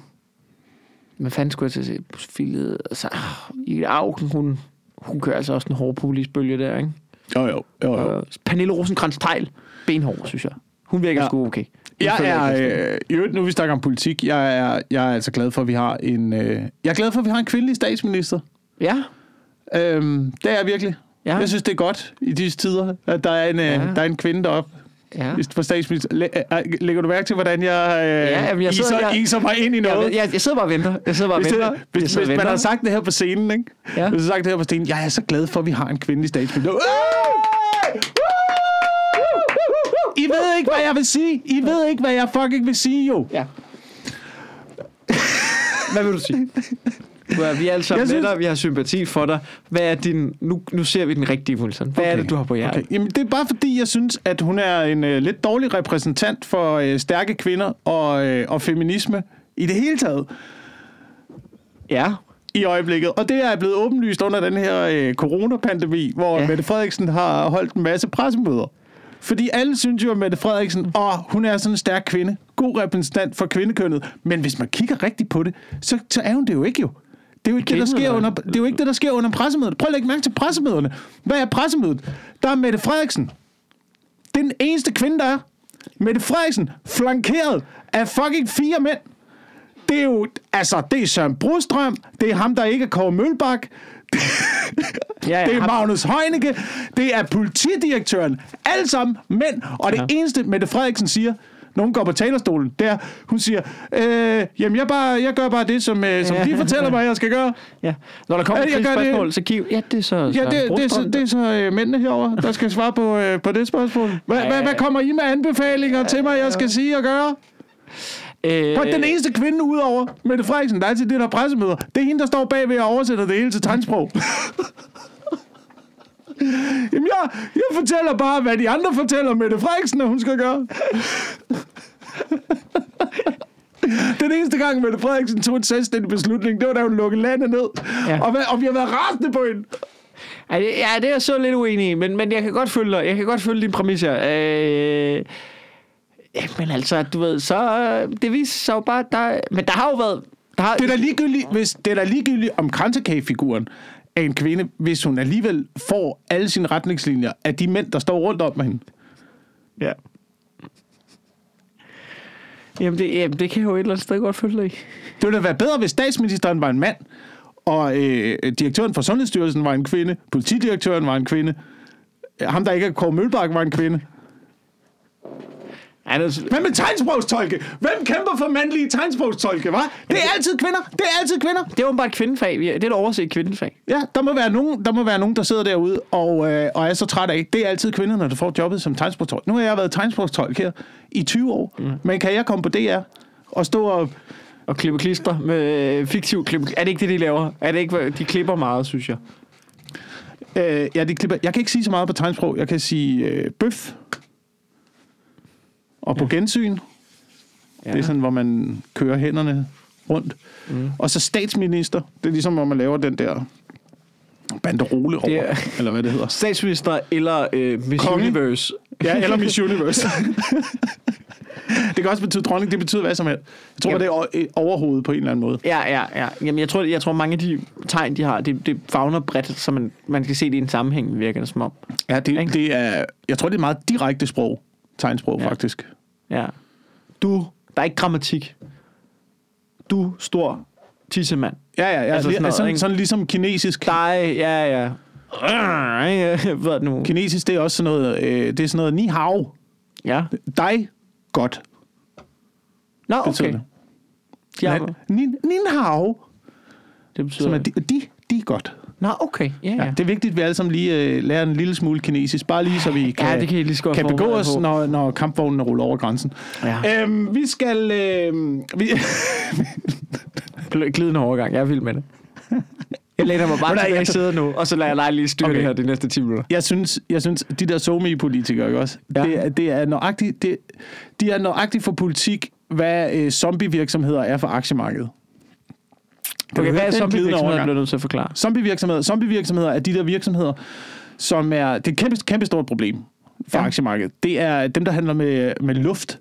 hvad fanden skulle jeg til at se? Filet, altså, i Augen, hun, hun kører altså også en hård populistbølge der, ikke? Jo, jo. jo, jo. Og Pernille Rosenkrantz-Teil, benhård, synes jeg. Hun virker Ja. sgu okay. Hun Jeg følger er, ikke efter. øh, i øvrigt, nu vi snakker om politik, jeg er, jeg er altså glad for, at vi har en, øh, jeg er glad for, at vi har en kvindelig statsminister. Ja, Øhm, det er jeg virkelig. ja, Jeg synes, det er godt i disse tider, at der er en, øh, Ja. der er en kvinde deroppe ja. for statsminister. Læ- øh, lægger du mærke til, hvordan jeg, øh, Ja, jamen, jeg sidder- iser, jeg- iser mig ind i noget? Jeg, jeg, jeg sidder bare og venter. Jeg sidder bare og Hvis, venter. det, hvis, Jeg sidder hvis og man venter. har sagt det her på scenen, ikke? Ja. Hvis man har sagt det her på scenen, jeg er så glad for, at vi har en kvindelig statsminister. I ved ikke, hvad jeg vil sige. I ved ikke, hvad jeg fucking vil sige, jo. Ja. Hvad vil du sige? Vi er alle sammen Jeg med synes- dig, vi har sympati for dig. Hvad er din... Nu, nu ser vi den rigtige Wilson. Hvad okay. er det, du har på hjertet? Okay. Jamen, det er bare fordi, jeg synes, at hun er en øh, lidt dårlig repræsentant for øh, stærke kvinder og, øh, og feminisme i det hele taget Ja. i øjeblikket. Og det er blevet åbenlyst under den her øh, coronapandemi, hvor Ja. ja. Mette Frederiksen har holdt en masse pressemøder. Fordi alle synes jo, at Mette Frederiksen, åh, hun er sådan en stærk kvinde, god repræsentant for kvindekønnet. Men hvis man kigger rigtigt på det, så, så er hun det jo ikke jo. Det er jo ikke det, der sker under, det er jo ikke det, der sker under pressemødet. Prøv at lægge mærke til pressemøderne. Hvad er pressemødet? Der er Mette Frederiksen. Det er den eneste kvinde, der er. Mette Frederiksen, flankeret af fucking fire mænd. Det er jo, altså, det er Søren Brostrøm, det er ham, der ikke er Kåre Mølbak, Ja, ja, det er ham- Magnus Heunicke, det er politidirektøren, alle sammen mænd, og det Ja. eneste, Mette Frederiksen siger, når hun går på talerstolen, det er, hun siger, øh, jamen jeg, bare, jeg gør bare det, som, øh, som Ja. de fortæller mig, jeg skal gøre. Ja. Når der kommer Ja, et jeg gør det. spørgsmål, så kig... Ja, det er så... Ja, det, det, er så, det er så øh, mændene herovre, der skal svare på, øh, på det spørgsmål. Hvad, Ja. hvad, hvad kommer I med anbefalinger til mig, jeg skal sige og gøre? Øh, For den eneste kvinde udover Mette Frederiksen, der er til det der pressemøder, det er hende, der står bagved og oversætter det hele til tegnsprog. Jamen, jeg, jeg fortæller bare, hvad de andre fortæller Mette Frederiksen, at hun skal gøre. Den eneste gang, Mette Frederiksen tog en selvstændig beslutning, det var, da hun lukkede landet ned. Ja. Og, hvad, og vi har været rasende på hende. Ja, det, ja, det er jeg så lidt uenig i, men, men jeg kan godt følge dig. Jeg kan godt følge din præmis her. Øh, ja, men altså, du ved, så... Det viser sig jo bare, der... Men der har jo været... Der har... Det er da ligegyldigt, hvis det er da ligegyldigt om kransekagefiguren af en kvinde, hvis hun alligevel får alle sine retningslinjer af de mænd, der står rundt om med hende. Ja. Jamen det, jamen, det kan jeg jo et eller andet sted godt følge dig i. Det ville da være bedre, hvis statsministeren var en mand, og øh, direktøren for Sundhedsstyrelsen var en kvinde, politidirektøren var en kvinde, ham, der ikke er Kåre Mølbak, var en kvinde. Ja, det er... Hvad med tegnsprogstolke? Hvem kæmper for mandlige tegnsprogstolke, hva'? Det er altid kvinder. Det er altid kvinder. Det er jo bare et kvindefag. Det er et overset kvindefag. Ja, der må være nogen, der må være nogen, der sidder derude og, øh, og er så træt af. Det er altid kvinder, når du får jobbet som tegnsprogstolk. Nu har jeg været tegnsprogstolk her i tyve år. Mm. Men kan jeg komme på D R og stå og... Og klippe klister med fiktiv klippe... Er det ikke det, de laver? Er det ikke... De klipper meget, synes jeg. Øh, ja, de klipper... Jeg kan ikke sige så meget på tegnsprog. Jeg kan sige øh, bøf. Og på ja. gensyn. Ja. Det er sådan, hvor man kører hænderne rundt. Mm. Og så statsminister. Det er ligesom, hvor man laver den der banderole over. Er... Eller hvad det hedder. Statsminister eller øh, Miss Konge. Universe. Ja, eller Miss Universe. Det kan også betyde dronning. Det betyder hvad som helst. Jeg tror, Jamen. det er overhovedet på en eller anden måde. Ja, ja, ja. Jamen, jeg tror, jeg tror mange af de tegn, de har, det, det favner bredt, så man, man kan se det i en sammenhæng, virker det som om. Ja, det, det er... Jeg tror, det er meget direkte sprog. Tegnsprog, ja. faktisk. Ja. Du, der er ikke grammatik. Du, stor tissemand. Ja, ja, ja. Altså sådan, noget, sådan, sådan ligesom kinesisk. Dig, ja, ja. Hvad er det nu? Kinesisk, det er også sådan noget, øh, det er sådan noget ni hao. Ja. Dig, godt. Nå, okay. Det. Ja. Nin, nin hao. Det betyder... Som er de, de, de godt. Nå, okay. Ja, ja. Ja, det er vigtigt, at vi alle sammen lige øh, lærer en lille smule kinesisk. Bare lige, så vi kan, ja, det kan, lige kan begå os, når, når kampvognene ruller over grænsen. Ja. Øhm, vi skal... Øh, vi glidende overgang. Jeg er vild med det. Jeg læner mig bare tilbage i sædet nu, og så lader jeg dig lige styre okay. det her de næste ti minutter. Jeg synes, jeg synes de der SoMe-politikere, ikke også? Ja. Det, er, det er nøjagtigt, det, de er nøjagtigt for politik, hvad øh, zombie-virksomheder er for aktiemarkedet. Okay, hvad er zombie-virksomheder, bliver du nødt til at forklare? Zombie-virksomheder, zombie-virksomheder er de der virksomheder, som er... Det er et kæmpe, kæmpe stort problem for ja. aktiemarkedet. Det er dem, der handler med, med luft.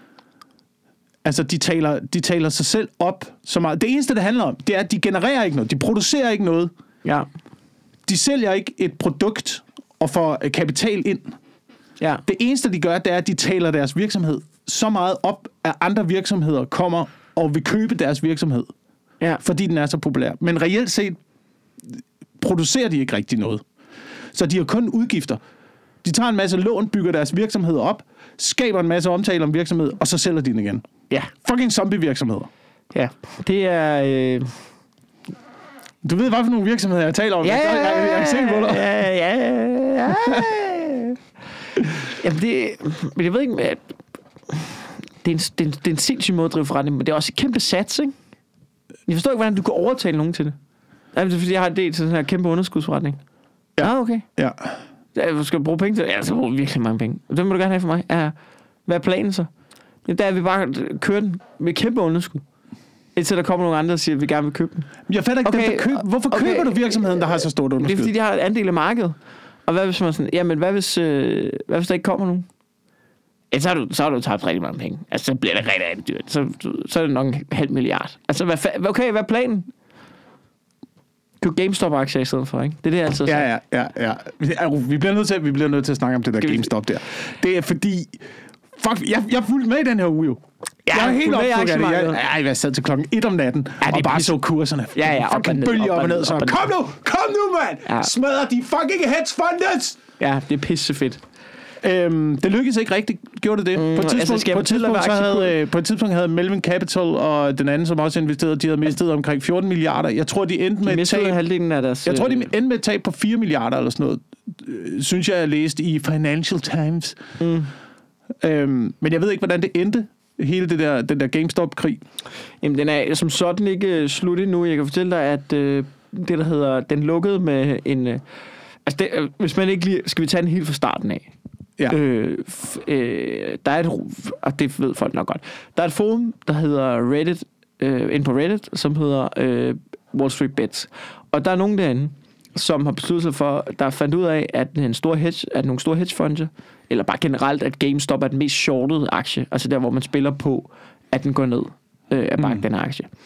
Altså, de taler, de taler sig selv op så meget. Det eneste, det handler om, det er, at de genererer ikke noget. De producerer ikke noget. Ja. De sælger ikke et produkt og får kapital ind. Ja. Det eneste, de gør, det er, at de taler deres virksomhed så meget op, at andre virksomheder kommer og vil købe deres virksomhed. Ja. Fordi den er så populær. Men reelt set producerer de ikke rigtig noget. Så de har kun udgifter. De tager en masse lån, bygger deres virksomhed op, skaber en masse omtale om virksomhed, og så sælger de den igen. Ja. Fucking zombie-virksomheder. Ja, det er... Øh... Du ved, hvad for nogle virksomheder jeg taler om. Ja, jeg, jeg, jeg, jeg kan se det på dig. Ja, ja, ja. Jamen, det... Men jeg ved ikke... At... Det, er en, det, er en, det er en sindssyg måde at drive forretning, men det er også et kæmpe sats, ikke? Jeg forstår ikke, hvordan du kan overtale nogen til det. Altså, det er, fordi jeg har en del til sådan her kæmpe underskudsforretning. Ja. Ah, okay. Ja. Ja, skal du bruge penge til det? Ja, så bruger virkelig mange penge. Det må du gerne have for mig. Ja. Hvad er planen så? Ja, der er vi bare kører den med kæmpe underskud. Indtil der kommer nogle andre, der siger, at vi gerne vil købe den. Jeg fatter ikke, okay, dem, der køber. Hvorfor okay. køber du virksomheden, der har så stort underskud? Det er, fordi de har et andel af markedet. Og hvad hvis man sådan, jamen, hvad hvis, øh, hvad hvis der ikke kommer nogen? Ja, så har du, så har du tabt rigtig mange penge. Altså, så bliver det rigtig, rigtig dyrt. Så, så er det nok en halv milliard. Altså, hvad, okay, hvad er planen? Køb GameStop-aktier i stedet for, ikke? Det er det, jeg altid ja, ja, ja, ja. Vi bliver nødt til, vi bliver nødt til at snakke om det der Skal GameStop der. Det er fordi... Fuck, jeg, jeg fulgte med i den her uge, jo. Ja, jeg er helt optaget af det. Jeg, jeg, jeg sad til klokken et om natten, ja, og bare så kurserne. Ja, ja, op og ned. Bølge op og ned. Så kom nu, kom nu, mand! Ja. Smadrer de fucking hedge funds! Ja, det er pissefedt. Øhm, det lykkedes ikke rigtigt, gjorde det det? Mm, på, et tidspunkt, altså, på, et tidspunkt, så havde, på et tidspunkt havde Melvin Capital og den anden, som også investerede, de havde mistet omkring fjorten milliarder. Jeg tror, de endte med et tab. halvdelen af deres... Jeg tror, de endte med et tab på fire milliarder eller sådan noget. Synes jeg, jeg læste i Financial Times. Mm. Øhm, men jeg ved ikke, hvordan det endte, hele det der, den der GameStop-krig. Jamen, den er som sådan ikke slut endnu. Jeg kan fortælle dig, at øh, det, der hedder, den lukkede med en... Øh, altså, det, øh, hvis man ikke lige... Skal vi tage den helt fra starten af? Ja. Øh, f, øh, der er et... Og det ved folk nok godt. Der er et forum, der hedder Reddit, øh, ind på Reddit, som hedder øh, Wall Street Bets. Og der er nogen derinde, som har besluttet sig for, der fandt ud af, at en stor hedge, at nogle store hedgefonde, eller bare generelt, at GameStop er den mest shortede aktie, altså der, hvor man spiller på, at den går ned øh, af banken, mm. den aktie.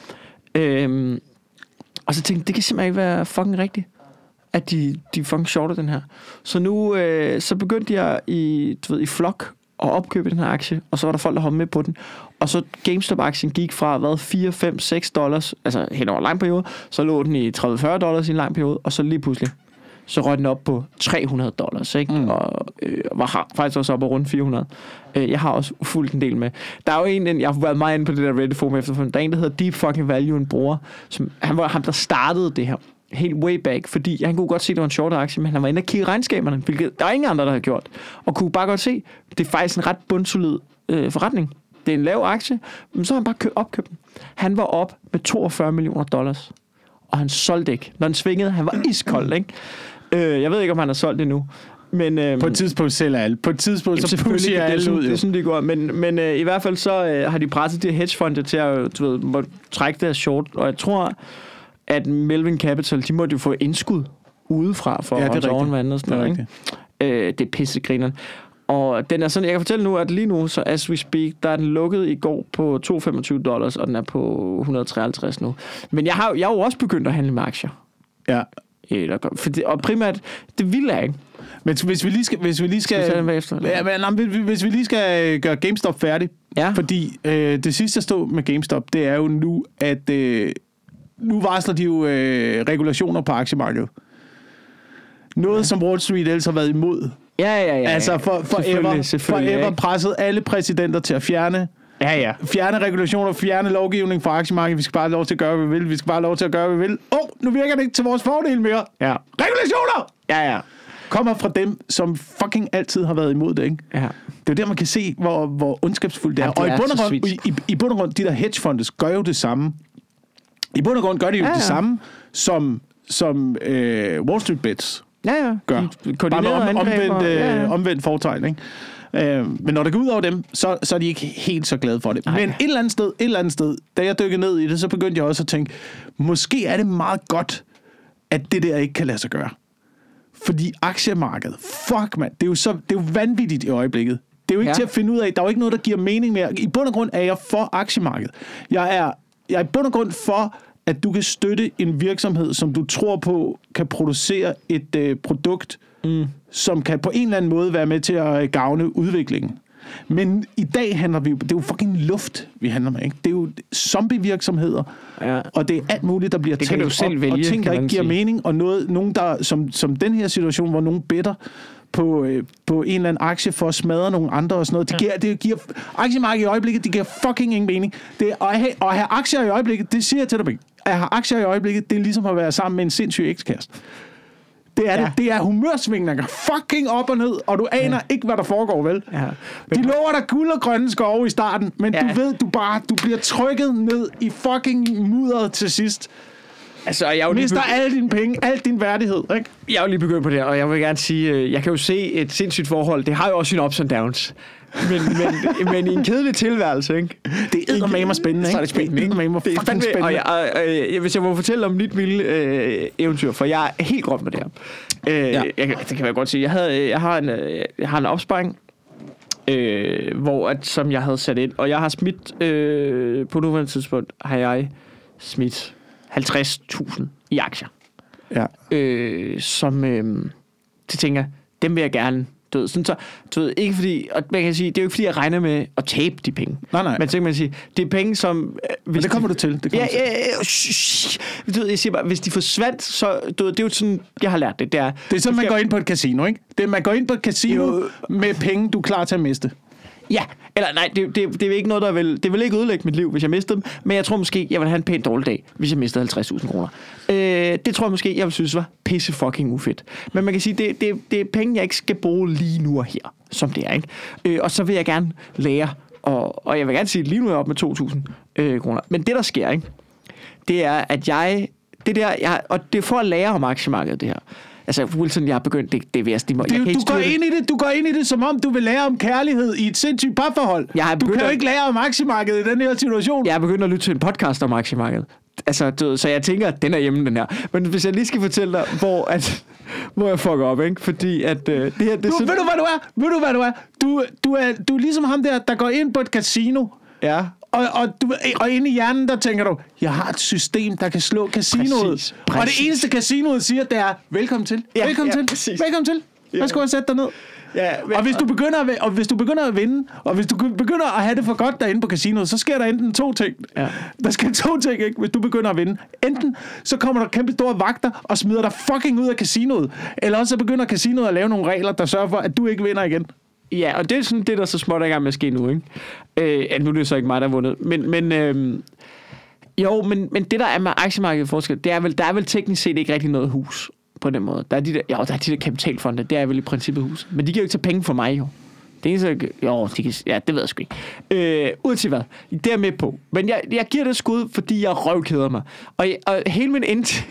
Øhm, og så tænkte jeg, det kan simpelthen ikke være fucking rigtigt, at de, de fucking shorter den her. Så nu, øh, så begyndte jeg i, du ved, i flok at opkøbe den her aktie, og så var der folk, der hoppede med på den. Og så GameStop-aktien gik fra, hvad, fire, fem, seks dollars, altså hen over en lang periode, så lå den i tredive til fyrre dollars i en lang periode, og så lige pludselig, så røg den op på tre hundrede dollars, ikke? Mm. Og øh, var faktisk også op på rundt fire hundrede. Øh, jeg har også fulgt en del med. Der er jo en, jeg har været meget inde på det der Reddit-forum efterfølgende, der er en, der hedder Deep Fucking Value, en bror, som, han var ham, der startede det her, helt way back, fordi han kunne godt se, at det var en short aktie, men han var inde og kigge regnskaberne, hvilket der er ingen andre, der har gjort, og kunne bare godt se, det er faktisk en ret bundsolid øh, forretning. Det er en lav aktie, men så har han bare købt, opkøbt den. Han var op med toogfyrre millioner dollars, og han solgte ikke. Når den svingede, han var iskold, ikke? Øh, jeg ved ikke, om han har solgt det nu. Men, øhm, på et tidspunkt sælger alle. På et tidspunkt så pusher alle det, ud. Det er sådan, det går. Men, men øh, i hvert fald så øh, har de presset de her hedgefonde til at du ved, må trække deres short. Og jeg tror, at Melvin Capital, de måtte jo få indskud udefra for ja, at holde ovenvand og sådan noget. Ikke? Øh, det er pissegrineren. Og den er sådan, jeg kan fortælle nu, at lige nu, så as we speak, der er den lukket i går på to hundrede og femogtyve dollars, og den er på et hundrede og treoghalvtreds nu. Men jeg har, jeg har jo også begyndt at handle med aktier. Ja. Eller, for det, og primært, det vil jeg ikke. Men hvis vi lige skal... Hvis vi lige skal, skal vi efter, ja, men, nej, hvis vi lige skal gøre GameStop færdig, ja. Fordi øh, det sidste, der stod med GameStop, det er jo nu, at øh, nu varsler de jo øh, regulationer på aktiemarkedet. Noget, ja. Som Wall Street ellers har været imod. Ja, ja, ja. ja. Altså for, for selvfølgelig, selvfølgelig, forever presset alle præsidenter til at fjerne ja, ja. fjerne regulationer, fjerne lovgivning fra aktiemarkedet. Vi skal bare have lov til at gøre, hvad vi vil. Vi skal bare have lov til at gøre, hvad vi vil. Åh, oh, nu virker det ikke til vores fordel mere. Ja. Regulationer! Ja, ja. Kommer fra dem, som fucking altid har været imod det, ikke? Ja. Det er jo der, man kan se, hvor, hvor ondskabsfuldt det er. Ja, det og er i bund og, grund, i, i, i bund og grund, de der hedgefondes gør jo det samme. I bund og grund gør de jo ja, ja. det samme, som, som øh, Wall Street Bets ja, ja. gør. Bare med om, omvendt, øh, ja, ja. omvendt foretegn, ikke? Øh, men når det går ud over dem, så, så er de ikke helt så glade for det. Ej. Men et eller andet sted, et eller andet sted, da jeg dykkede ned i det, så begyndte jeg også at tænke, måske er det meget godt, at det der ikke kan lade sig gøre. Fordi aktiemarkedet, fuck mand, det er jo, så, det er jo vanvittigt i øjeblikket. Det er jo ikke ja. til at finde ud af, der er jo ikke noget, der giver mening mere. I bund og grund er jeg for aktiemarkedet. Jeg er, jeg er i bund og grund for, at du kan støtte en virksomhed, som du tror på, kan producere et øh, produkt, mm. som kan på en eller anden måde være med til at gavne udviklingen. Men i dag handler vi jo, det er jo fucking luft, vi handler med, ikke? Det er jo zombie-virksomheder, ja. Og det er alt muligt, der bliver det talt op, vælge, og ting, der ikke giver sige. mening, og noget, nogen, der, som, som den her situation, hvor nogen bedder på, øh, på en eller anden aktie for at smadre nogle andre og sådan noget. Det giver, det giver aktiemarkedet i øjeblikket, det giver fucking ingen mening. Det er, at, have, at have aktier i øjeblikket, det siger jeg til dig, at have aktier i øjeblikket, det er ligesom at være sammen med en sindssyg ekskæreste. Det er, ja. det. det er humørsvingninger fucking op og ned, og du aner ja. ikke, hvad der foregår, vel? Ja. De lover dig guld og grønne skove i starten, men ja. du ved, du bare du bliver trykket ned i fucking mudderet til sidst. Altså, jeg er mister begy- alle dine penge, al din værdighed, ikke? Jeg er jo lige begyndt på det, og jeg vil gerne sige, jeg kan jo se et sindssygt forhold. Det har jo også sine ups and downs. Men, men, men i en kedelig tilværelse, ikke? Det er eddermame spændende, ikke? Så er det spændende, ikke? Det er fucking spændende. Og jeg, og, og, hvis jeg må fortælle om mit vilde øh, eventyr, for jeg er helt grøn med det her. Øh, ja. jeg, det kan jeg godt sige. Jeg, havde, jeg, har, en, jeg har en opsparing, øh, hvor at, som jeg havde sat ind, og jeg har smidt, øh, på nuværende tidspunkt, har jeg smidt halvtreds tusind i aktier. Ja. Øh, som, øh, det tænker dem vil jeg gerne. Du ved, sådan så, du ved, ikke fordi, og man kan sige, det er jo ikke fordi, jeg regner med at tabe de penge. Nej, nej. Men så kan man sige, det er penge, som... Men det kommer de, du til. Det kommer ja, ja, ja, shh, du ved, jeg siger bare, hvis de forsvandt, så, du ved, det er jo sådan, jeg har lært det. Det er, det er sådan, man skal, går ind på et casino, ikke? Det er, man går ind på et casino jo, med penge, du er klar til at miste. Ja, eller nej, det, det, det er ikke noget, der vil... Det vil ikke ødelægge mit liv, hvis jeg mistede dem. Men jeg tror måske, jeg ville have en pænt dårlig dag, hvis jeg mistede halvtreds tusind kroner. Øh, det tror jeg måske, jeg ville synes var pisse fucking ufedt. Men man kan sige, det, det, det er penge, jeg ikke skal bruge lige nu og her, som det er, ikke? Øh, og så vil jeg gerne lære, og, og jeg vil gerne sige, lige nu er jeg op med to tusind øh, kroner. Men det, der sker, ikke? Det er, at jeg... Det der, jeg, og det er for at lære om aktiemarkedet, det her. Altså, Wilson, jeg har begyndt, det, det er værst. Jeg du, du, går ind i det, du går ind i det, som om du vil lære om kærlighed i et sindssygt parforhold. Du kan jo ikke lære om aktiemarkedet i den her situation. Jeg har begyndt at lytte til en podcast om aktiemarkedet. Altså, du, så jeg tænker, at den er hjemme, den her. Men hvis jeg lige skal fortælle dig, hvor, at, hvor jeg fucker op, ikke? Fordi at uh, det her... Det du, sådan... Ved du, hvad du er? Ved du, hvad du er? Du, du er? du er ligesom ham der, der går ind på et casino, ja. Og, og, du, og inde i hjernen, der tænker du, jeg har et system, der kan slå casinoet. Præcis, præcis. Og det eneste casinoet siger, det er, velkommen til, Ja, velkommen ja, til, præcis. velkommen til. Jeg skal sætte dig ned. Ja, men, og, hvis du begynder at, og hvis du begynder at vinde, og hvis du begynder at have det for godt derinde på casinoet, så sker der enten to ting. Ja. Der sker to ting, ikke, hvis du begynder at vinde. Enten så kommer der kæmpe store vagter og smider dig fucking ud af casinoet, eller også så begynder casinoet at lave nogle regler, der sørger for, at du ikke vinder igen. Ja, og det er sådan det, der så småt er i gang med at ske nu, ikke? Øh, ja, nu er det så ikke mig, der har vundet. Men, men øh, jo, men, men det, der er med aktiemarkedet forskel, det er vel, der er vel teknisk set ikke rigtig noget hus på den måde. Der er de der, jo, der er de der kapitalfonde, det er vel i princippet hus. Men de kan jo ikke tage penge for mig, jo. Det eneste, jo, de kan, ja, det ved jeg sgu ikke. Øh, ud til hvad? Det er jeg med på. Men jeg, jeg giver det skud, fordi jeg røvkeder mig. Og, og hele min ind...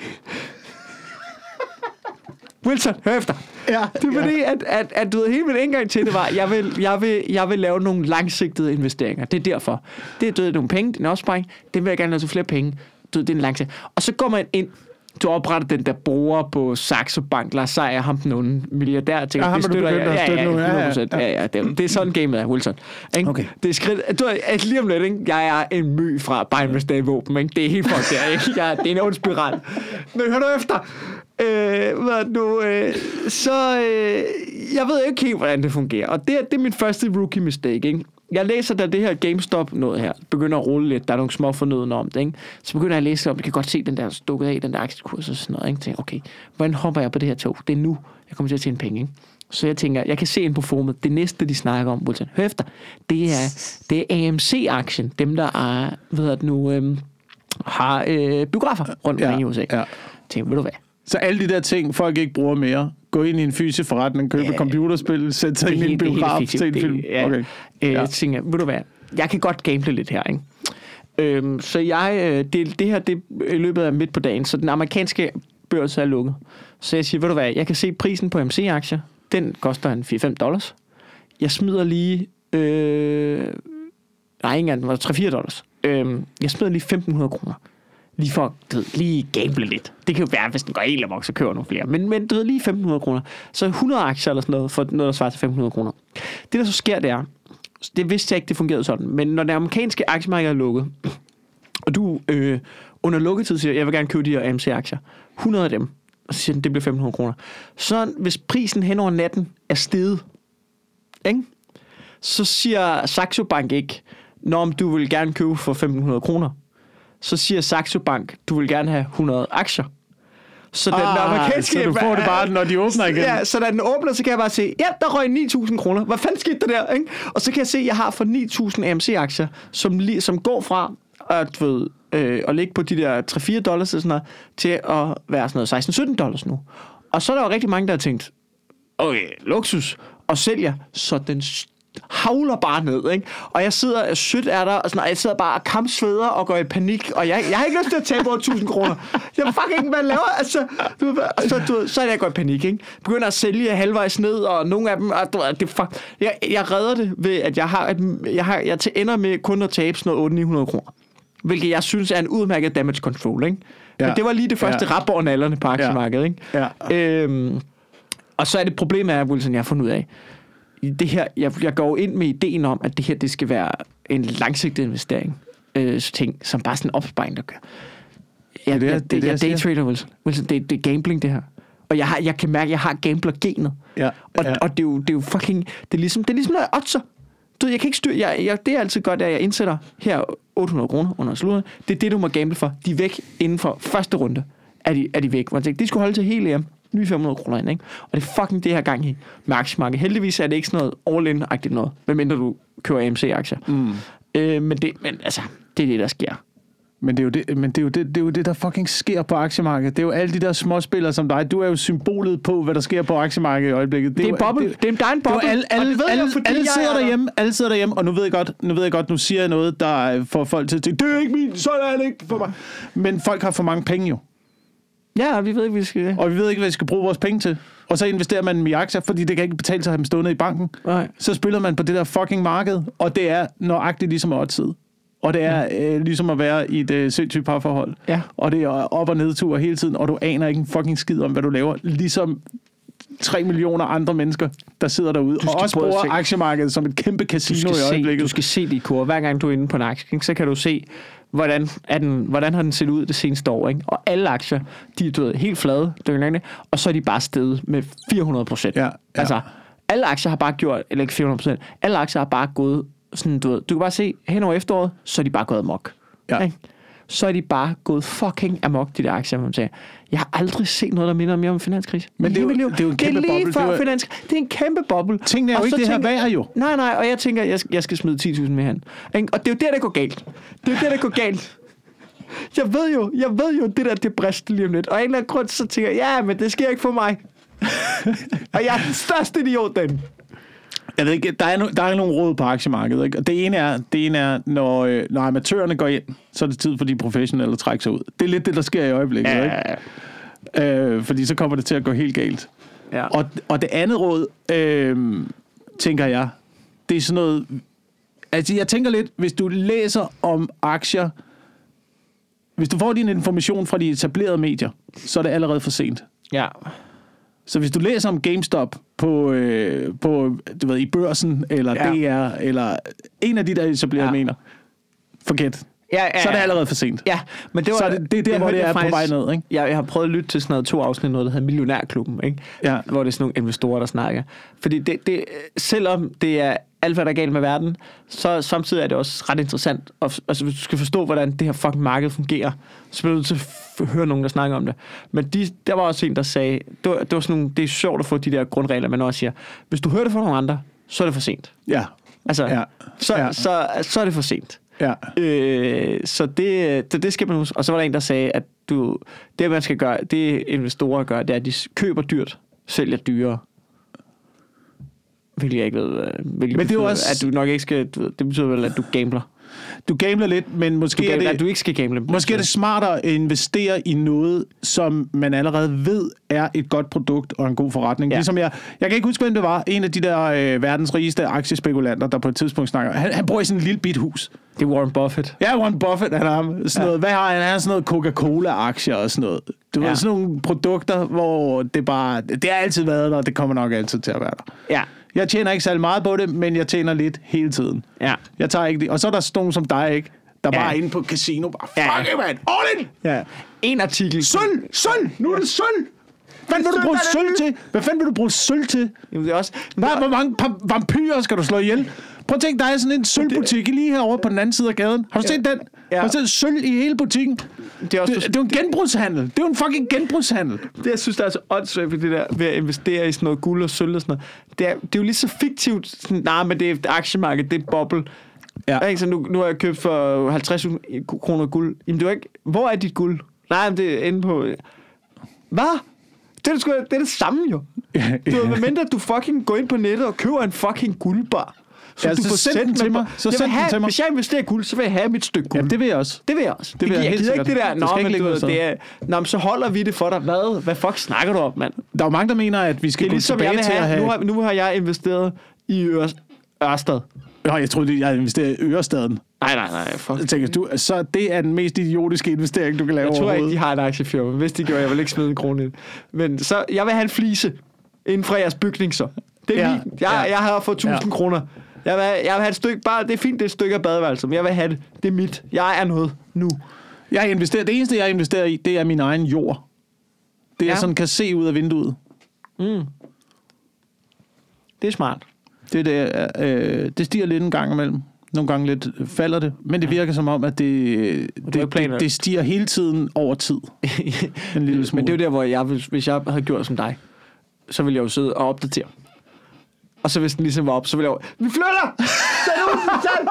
Wilson, hør efter. Ja, det er fordi, at, at, at du ved, hele min indgang til det var, jeg vil, jeg vil, jeg vil lave nogle langsigtede investeringer. Det er derfor. Det er, du ved, nogle penge, det er en opsparing. Det vil jeg gerne lave til flere penge. Du ved, det er en langsigtet. Og så går man ind, du opretter den der bruger på Saxo Bank, Lars Seier, ham den onde milliardær, tænker, ja, ham, det støtter jeg. Ja, ja, hundrede procent. ja, ja, ja, ja, det, det er sådan gamet er, Wilson. Ikke? Okay. Det er skridt, du ved, lige om lidt, ikke? Jeg er en my fra Binary Våben, ikke? Det er helt fucked der, ikke? Jeg, det er en ond spiral. Men hør du efter. Øh, hvad nu, øh, så øh, jeg ved ikke helt, hvordan det fungerer. Og det, det er mit første rookie mistake, ikke? Jeg læser, da det her GameStop noget her begynder at rulle lidt, der er nogle små fornødende om det, ikke? Så begynder jeg at læse om, jeg kan godt se den der stukket af, den der aktiekurs og sådan noget, ikke? Tænker, okay, hvordan hopper jeg på det her tog? Det er nu, jeg kommer til at tjene penge, ikke? Så jeg tænker, jeg kan se ind på forumet, det næste, de snakker om, Wilson, hør efter, det er, det er A M C-aktien, dem der er, ved at nu, øhm, har øh, biografer rundt omkring ja, i U S A. Ja. Tænker, ved du hvad? Så alle de der ting, folk ikke bruger mere, gå ind i en fysisk forretning, købe ja, computerspil, sætte sig ind i en biograf, se en film. Ja. Okay. Øh, ja. Jeg tænker, ved du hvad, jeg kan godt gamble lidt her, ikke? Øhm, så jeg, det, det her, det er i løbet af midt på dagen, så den amerikanske børs er lukket. Så jeg siger, ved du hvad, jeg kan se prisen på M C-aktier, den koster en fire til fem dollars. Jeg smider lige, øh, nej, ikke engang, det var tre til fire dollars. Øh, jeg smider lige femten hundrede kroner. Lige for, du ved, lige gamble lidt. Det kan jo være, hvis den går helt amok, så kører nogle flere. Men, men du ved, lige femten hundrede kroner. Så hundrede aktier eller sådan noget, for noget, der svarer til femten hundrede kroner. Det, der så sker, det er, det vidste jeg ikke, det fungerede sådan, men når det amerikanske aktiemarked er lukket, og du øh, under lukketid siger, jeg vil gerne købe de her A M C-aktier, hundrede af dem, og så siger den, det bliver femten hundrede kroner. Så hvis prisen hen over natten er steget, ikke? Så siger Saxo Bank ikke, når du vil gerne købe for femten hundrede kroner, så siger Saxo Bank, du vil gerne have hundrede aktier. Så den ah, amerikanske... Så du får det bare, når de åbner igen? Ja, så da den åbner, så kan jeg bare se, ja, der røg ni tusind kroner. Hvad fanden skete der der, ikke? Og så kan jeg se, at jeg har for ni tusind A M C-aktier, som, som går fra at, ved, øh, at ligge på de der tre til fire dollars og sådan noget, til at være sådan noget seksten til sytten dollars nu. Og så er der jo rigtig mange, der har tænkt, okay, luksus, og sælger, så den havler bare ned, ikke? Og jeg sidder, sødt er der, og, sådan, og jeg sidder bare og kampsveder og går i panik, og jeg, jeg har ikke lyst til at tabe over tusind kroner. Jeg fuck ikke, hvad jeg laver, altså, du, så, du, så er jeg går i panik, ikke? Begynder at sælge halvvejs ned, og nogle af dem, og, du, det fuck, jeg, jeg redder det ved, at jeg har, et, jeg har, jeg ender med kun at tabe sådan noget otte til ni hundrede kroner, hvilket jeg synes er en udmærket damage control, ikke? Ja. Men det var lige det første ja. rap over nallerne på aktiemarkedet, ikke? Ja. Øhm, og så er det problemet af, Wilson, jeg har fundet ud af, det her, jeg, jeg går ind med ideen om, at det her, det skal være en langsigtet investering, øh, ting, som bare sådan en opsparing, der gør. Jeg, det er det, jeg, det, jeg, jeg daytrader, Wilson. Wilson, det, det er gambling, det her. Og jeg, har, jeg kan mærke, at jeg har gambler-genet. Ja, og, ja. og det, er jo, det er jo fucking, det er ligesom, det er ligesom noget oddser. Du ved, jeg kan ikke styre, jeg, jeg, det er altid godt, at jeg indsætter her otte hundrede kroner under slutterne. Det er det, du må gamble for. De er væk inden for første runde. Er de, er de væk. Man tænker, de skulle holde til hele hjem. Nye fem hundrede kroner ind, ikke? Og det er fucking det her gang i med aktiemarkedet. Heldigvis er det ikke sådan noget all-in-agtigt noget, medmindre du køber A M C-aktier. Mm. Øh, men, det, men altså, det er det, der sker. Men det er jo det, men det er jo det, det er jo det, der fucking sker på aktiemarkedet. Det er jo alle de der småspillere som dig. Du er jo symbolet på, hvad der sker på aktiemarkedet i øjeblikket. Det, det er en boble. Det, det er en boble. Alle, alle, alle, jeg, alle sidder derhjemme, alle sidder derhjemme, og nu ved jeg godt, nu ved jeg godt, nu siger jeg noget, der får folk til at tænke, det er ikke min, så er det ikke for mig. Men folk har for mange penge jo. Ja, vi ved ikke, hvad vi skal... Og vi ved ikke, hvad vi skal bruge vores penge til. Og så investerer man i aktier, fordi det kan ikke betale sig at have dem stående i banken. Nej. Så spiller man på det der fucking marked, og det er nøjagtigt ligesom odds. Og det er ja. øh, ligesom at være i et øh, sindssygt parforhold. Ja. Og det er op- og nedtur hele tiden, og du aner ikke en fucking skid om, hvad du laver. Ligesom tre millioner andre mennesker, der sidder derude, og også bruger se. aktiemarkedet som et kæmpe casino i øjeblikket. Se, du skal se de kurver. Hver gang du er inde på en aktie, så kan du se, hvordan, er den, hvordan har den set ud det seneste år. Ikke? Og alle aktier, de er du ved, helt flade, og så er de bare steget med fire hundrede procent. Ja, ja. Altså, alle aktier har bare gjort, eller ikke fire hundrede procent, alle aktier har bare gået sådan, du ved, du kan bare se, hen over efteråret, så er de bare gået amok. Ja. Ikke? Så er de bare gået fucking amok, de der aktier, man siger. Jeg har aldrig set noget, der minder mere om en finanskrise. Men det er, jo, det er jo en kæmpe boble. Det er lige før finanskrise. Det er en kæmpe boble. Tingene er jo ikke det her værd jo. Nej, nej, og jeg tænker, jeg, jeg skal smide ti tusind med han. Og det er jo der, der går galt. Det er jo der, der går galt. Jeg ved jo, jeg ved jo, det der, det brister lige om lidt. Og af en eller anden grund, så tænker jeg, ja, men det sker ikke for mig. Og jeg er den største idiot, den. Jeg ved ikke, der er, no, der er nogle råd på aktiemarkedet, ikke? Og det ene er, det ene er når, øh, når amatørerne går ind, så er det tid for de professionelle at trække sig ud. Det er lidt det, der sker i øjeblikket, ja, ikke? Øh, fordi så kommer det til at gå helt galt. Ja. Og, og det andet råd, øh, tænker jeg, det er sådan noget... Altså, jeg tænker lidt, hvis du læser om aktier, hvis du får din information fra de etablerede medier, så er det allerede for sent. Ja. Så hvis du læser om GameStop på, øh, på du ved, i Børsen, eller ja. D R, eller en af de der etablerede ja. medier, forget. Ja, ja, ja. Så er det allerede for sent. Ja, men det var, så det, det er der, det hvor det er faktisk, på vej ned, ikke? Ja, jeg har prøvet at lytte til sådan noget to afsnit, noget der hedder Millionærklubben, ikke? Ja. Hvor det er sådan nogle investorer, der snakker. Fordi det, det, selvom det er alt, hvad der er galt med verden, så samtidig er det også ret interessant. Og, altså, hvis du skal forstå, hvordan det her fucking marked fungerer, så bliver du nødt til at høre nogen, der snakker om det. Men de, der var også en, der sagde, det var, det var sådan nogle, det er sjovt at få de der grundregler, man også siger, hvis du hører det fra nogle andre, så er det for sent. Ja. Altså, ja. Så, ja. Så, så, så er det for sent. Ja. Øh, så det, det, det skal man huske. Og så var der en, der sagde, at du, det, man skal gøre, det investorer gør, det er, at de køber dyrt, sælger dyrere. Hvilket jeg ikke ved. Hvilket men det er også... At du nok ikke skal... Det betyder vel, at du gambler. Du gambler lidt, men måske du gambler, er det... At du ikke skal gamble. Måske er det smartere at investere i noget, som man allerede ved er et godt produkt og en god forretning. Ja. Ligesom jeg... Jeg kan ikke huske, hvem det var. En af de der øh, verdens rigeste aktiespekulanter, der på et tidspunkt snakker. Han, han bor i sådan en lille bit hus. Det er Warren Buffett. Ja, Warren Buffett. Han har sådan ja. noget... Hvad har han? Han har sådan noget Coca-Cola-aktier og sådan noget. Du ja. ved, sådan nogle produkter, hvor det bare... Det har altid været der, og det kommer nok altid til at være der. Ja. Jeg tjener ikke særlig meget på det, men jeg tjener lidt hele tiden. Ja. Jeg tager ikke det. Og så er der nogen som dig, ikke? Der bare ja. er inde på casino. Bare, fuck ja. it, man! All in! Ja. En artikel. Sølv! Sølv! Nu er det sølv! Hvad vil du bruge sølv til? Hvad fanden vil du bruge sølv til? Jamen, det er også... Hvad, hvor mange vampyrer skal du slå ihjel? Prøv at tænke, der er sådan en sølvbutik lige herovre på den anden side af gaden. Har du set den? Ja. Har du set sølv i hele butikken? Det er, også det, det er jo en genbrugshandel. Det er jo en fucking genbrugshandel. Det, jeg synes, der er så åndssvagt ved det der, ved at investere i sådan noget guld og sølv og sådan noget. Det er, det er jo lige så fiktivt. Sådan, nej, men det er aktiemarkedet, det er boble. Ja. Ikke, så nu, nu har jeg købt for halvtreds kroner guld. Jamen, det er ikke... Hvor er dit guld? Nej, men det er inde på... Hvad? Det er det, sgu, det er det samme jo. Ja, ja. Du, medmindre du fucking går ind på nettet og køber en fucking guldbar. Så ja, du så send den til mig. Så send den til mig. Hvis jeg investerer guld, så vil jeg have mit stykke guld. Ja, det vil jeg også. Det vil jeg også. Det vil jeg, jeg helt gider ikke det der. Nå, det men ikke du, det er, nå, men så holder vi det for dig. Hvad? Hvad fuck snakker du om, mand? Der er jo mange, der mener, at vi skal gå ligesom tilbage til have, at have... Nu har, nu har jeg investeret i Ørsted. Nå, jeg troede, jeg investerede i Ørestaden. Nej, nej, nej. Fuck. Jeg tænker, du, så det er den mest idiotiske investering, du kan lave Jeg tror overhovedet. ikke, de har en aktiefirma. Hvis de gjorde, jeg vil ikke smide en krone ind. Men så, jeg vil have en flise inden for jeres bygning, så. Det er ja, min. Jeg, ja. jeg har fået tusind ja. kroner. Jeg vil, have, jeg vil have et stykke, bare, det er fint, det er et stykke af badeværelse, men jeg vil have det. Det er mit. Jeg er noget nu. Jeg investerer, det eneste, jeg investerer i, det er min egen jord. Det, ja. jeg sådan kan se ud af vinduet. Mm. Det er smart. Det, det, øh, det stiger lidt en gang imellem. Nogle gange lidt falder det, men det virker som om, at det, det, det, det, det stiger hele tiden over tid. En lille smule. Men det er jo der, hvor jeg, hvis jeg havde gjort som dig, så ville jeg jo sidde og opdatere. Og så hvis den ligesom var op, så ville jeg jo... Vi flytter! Tag ud! Tag!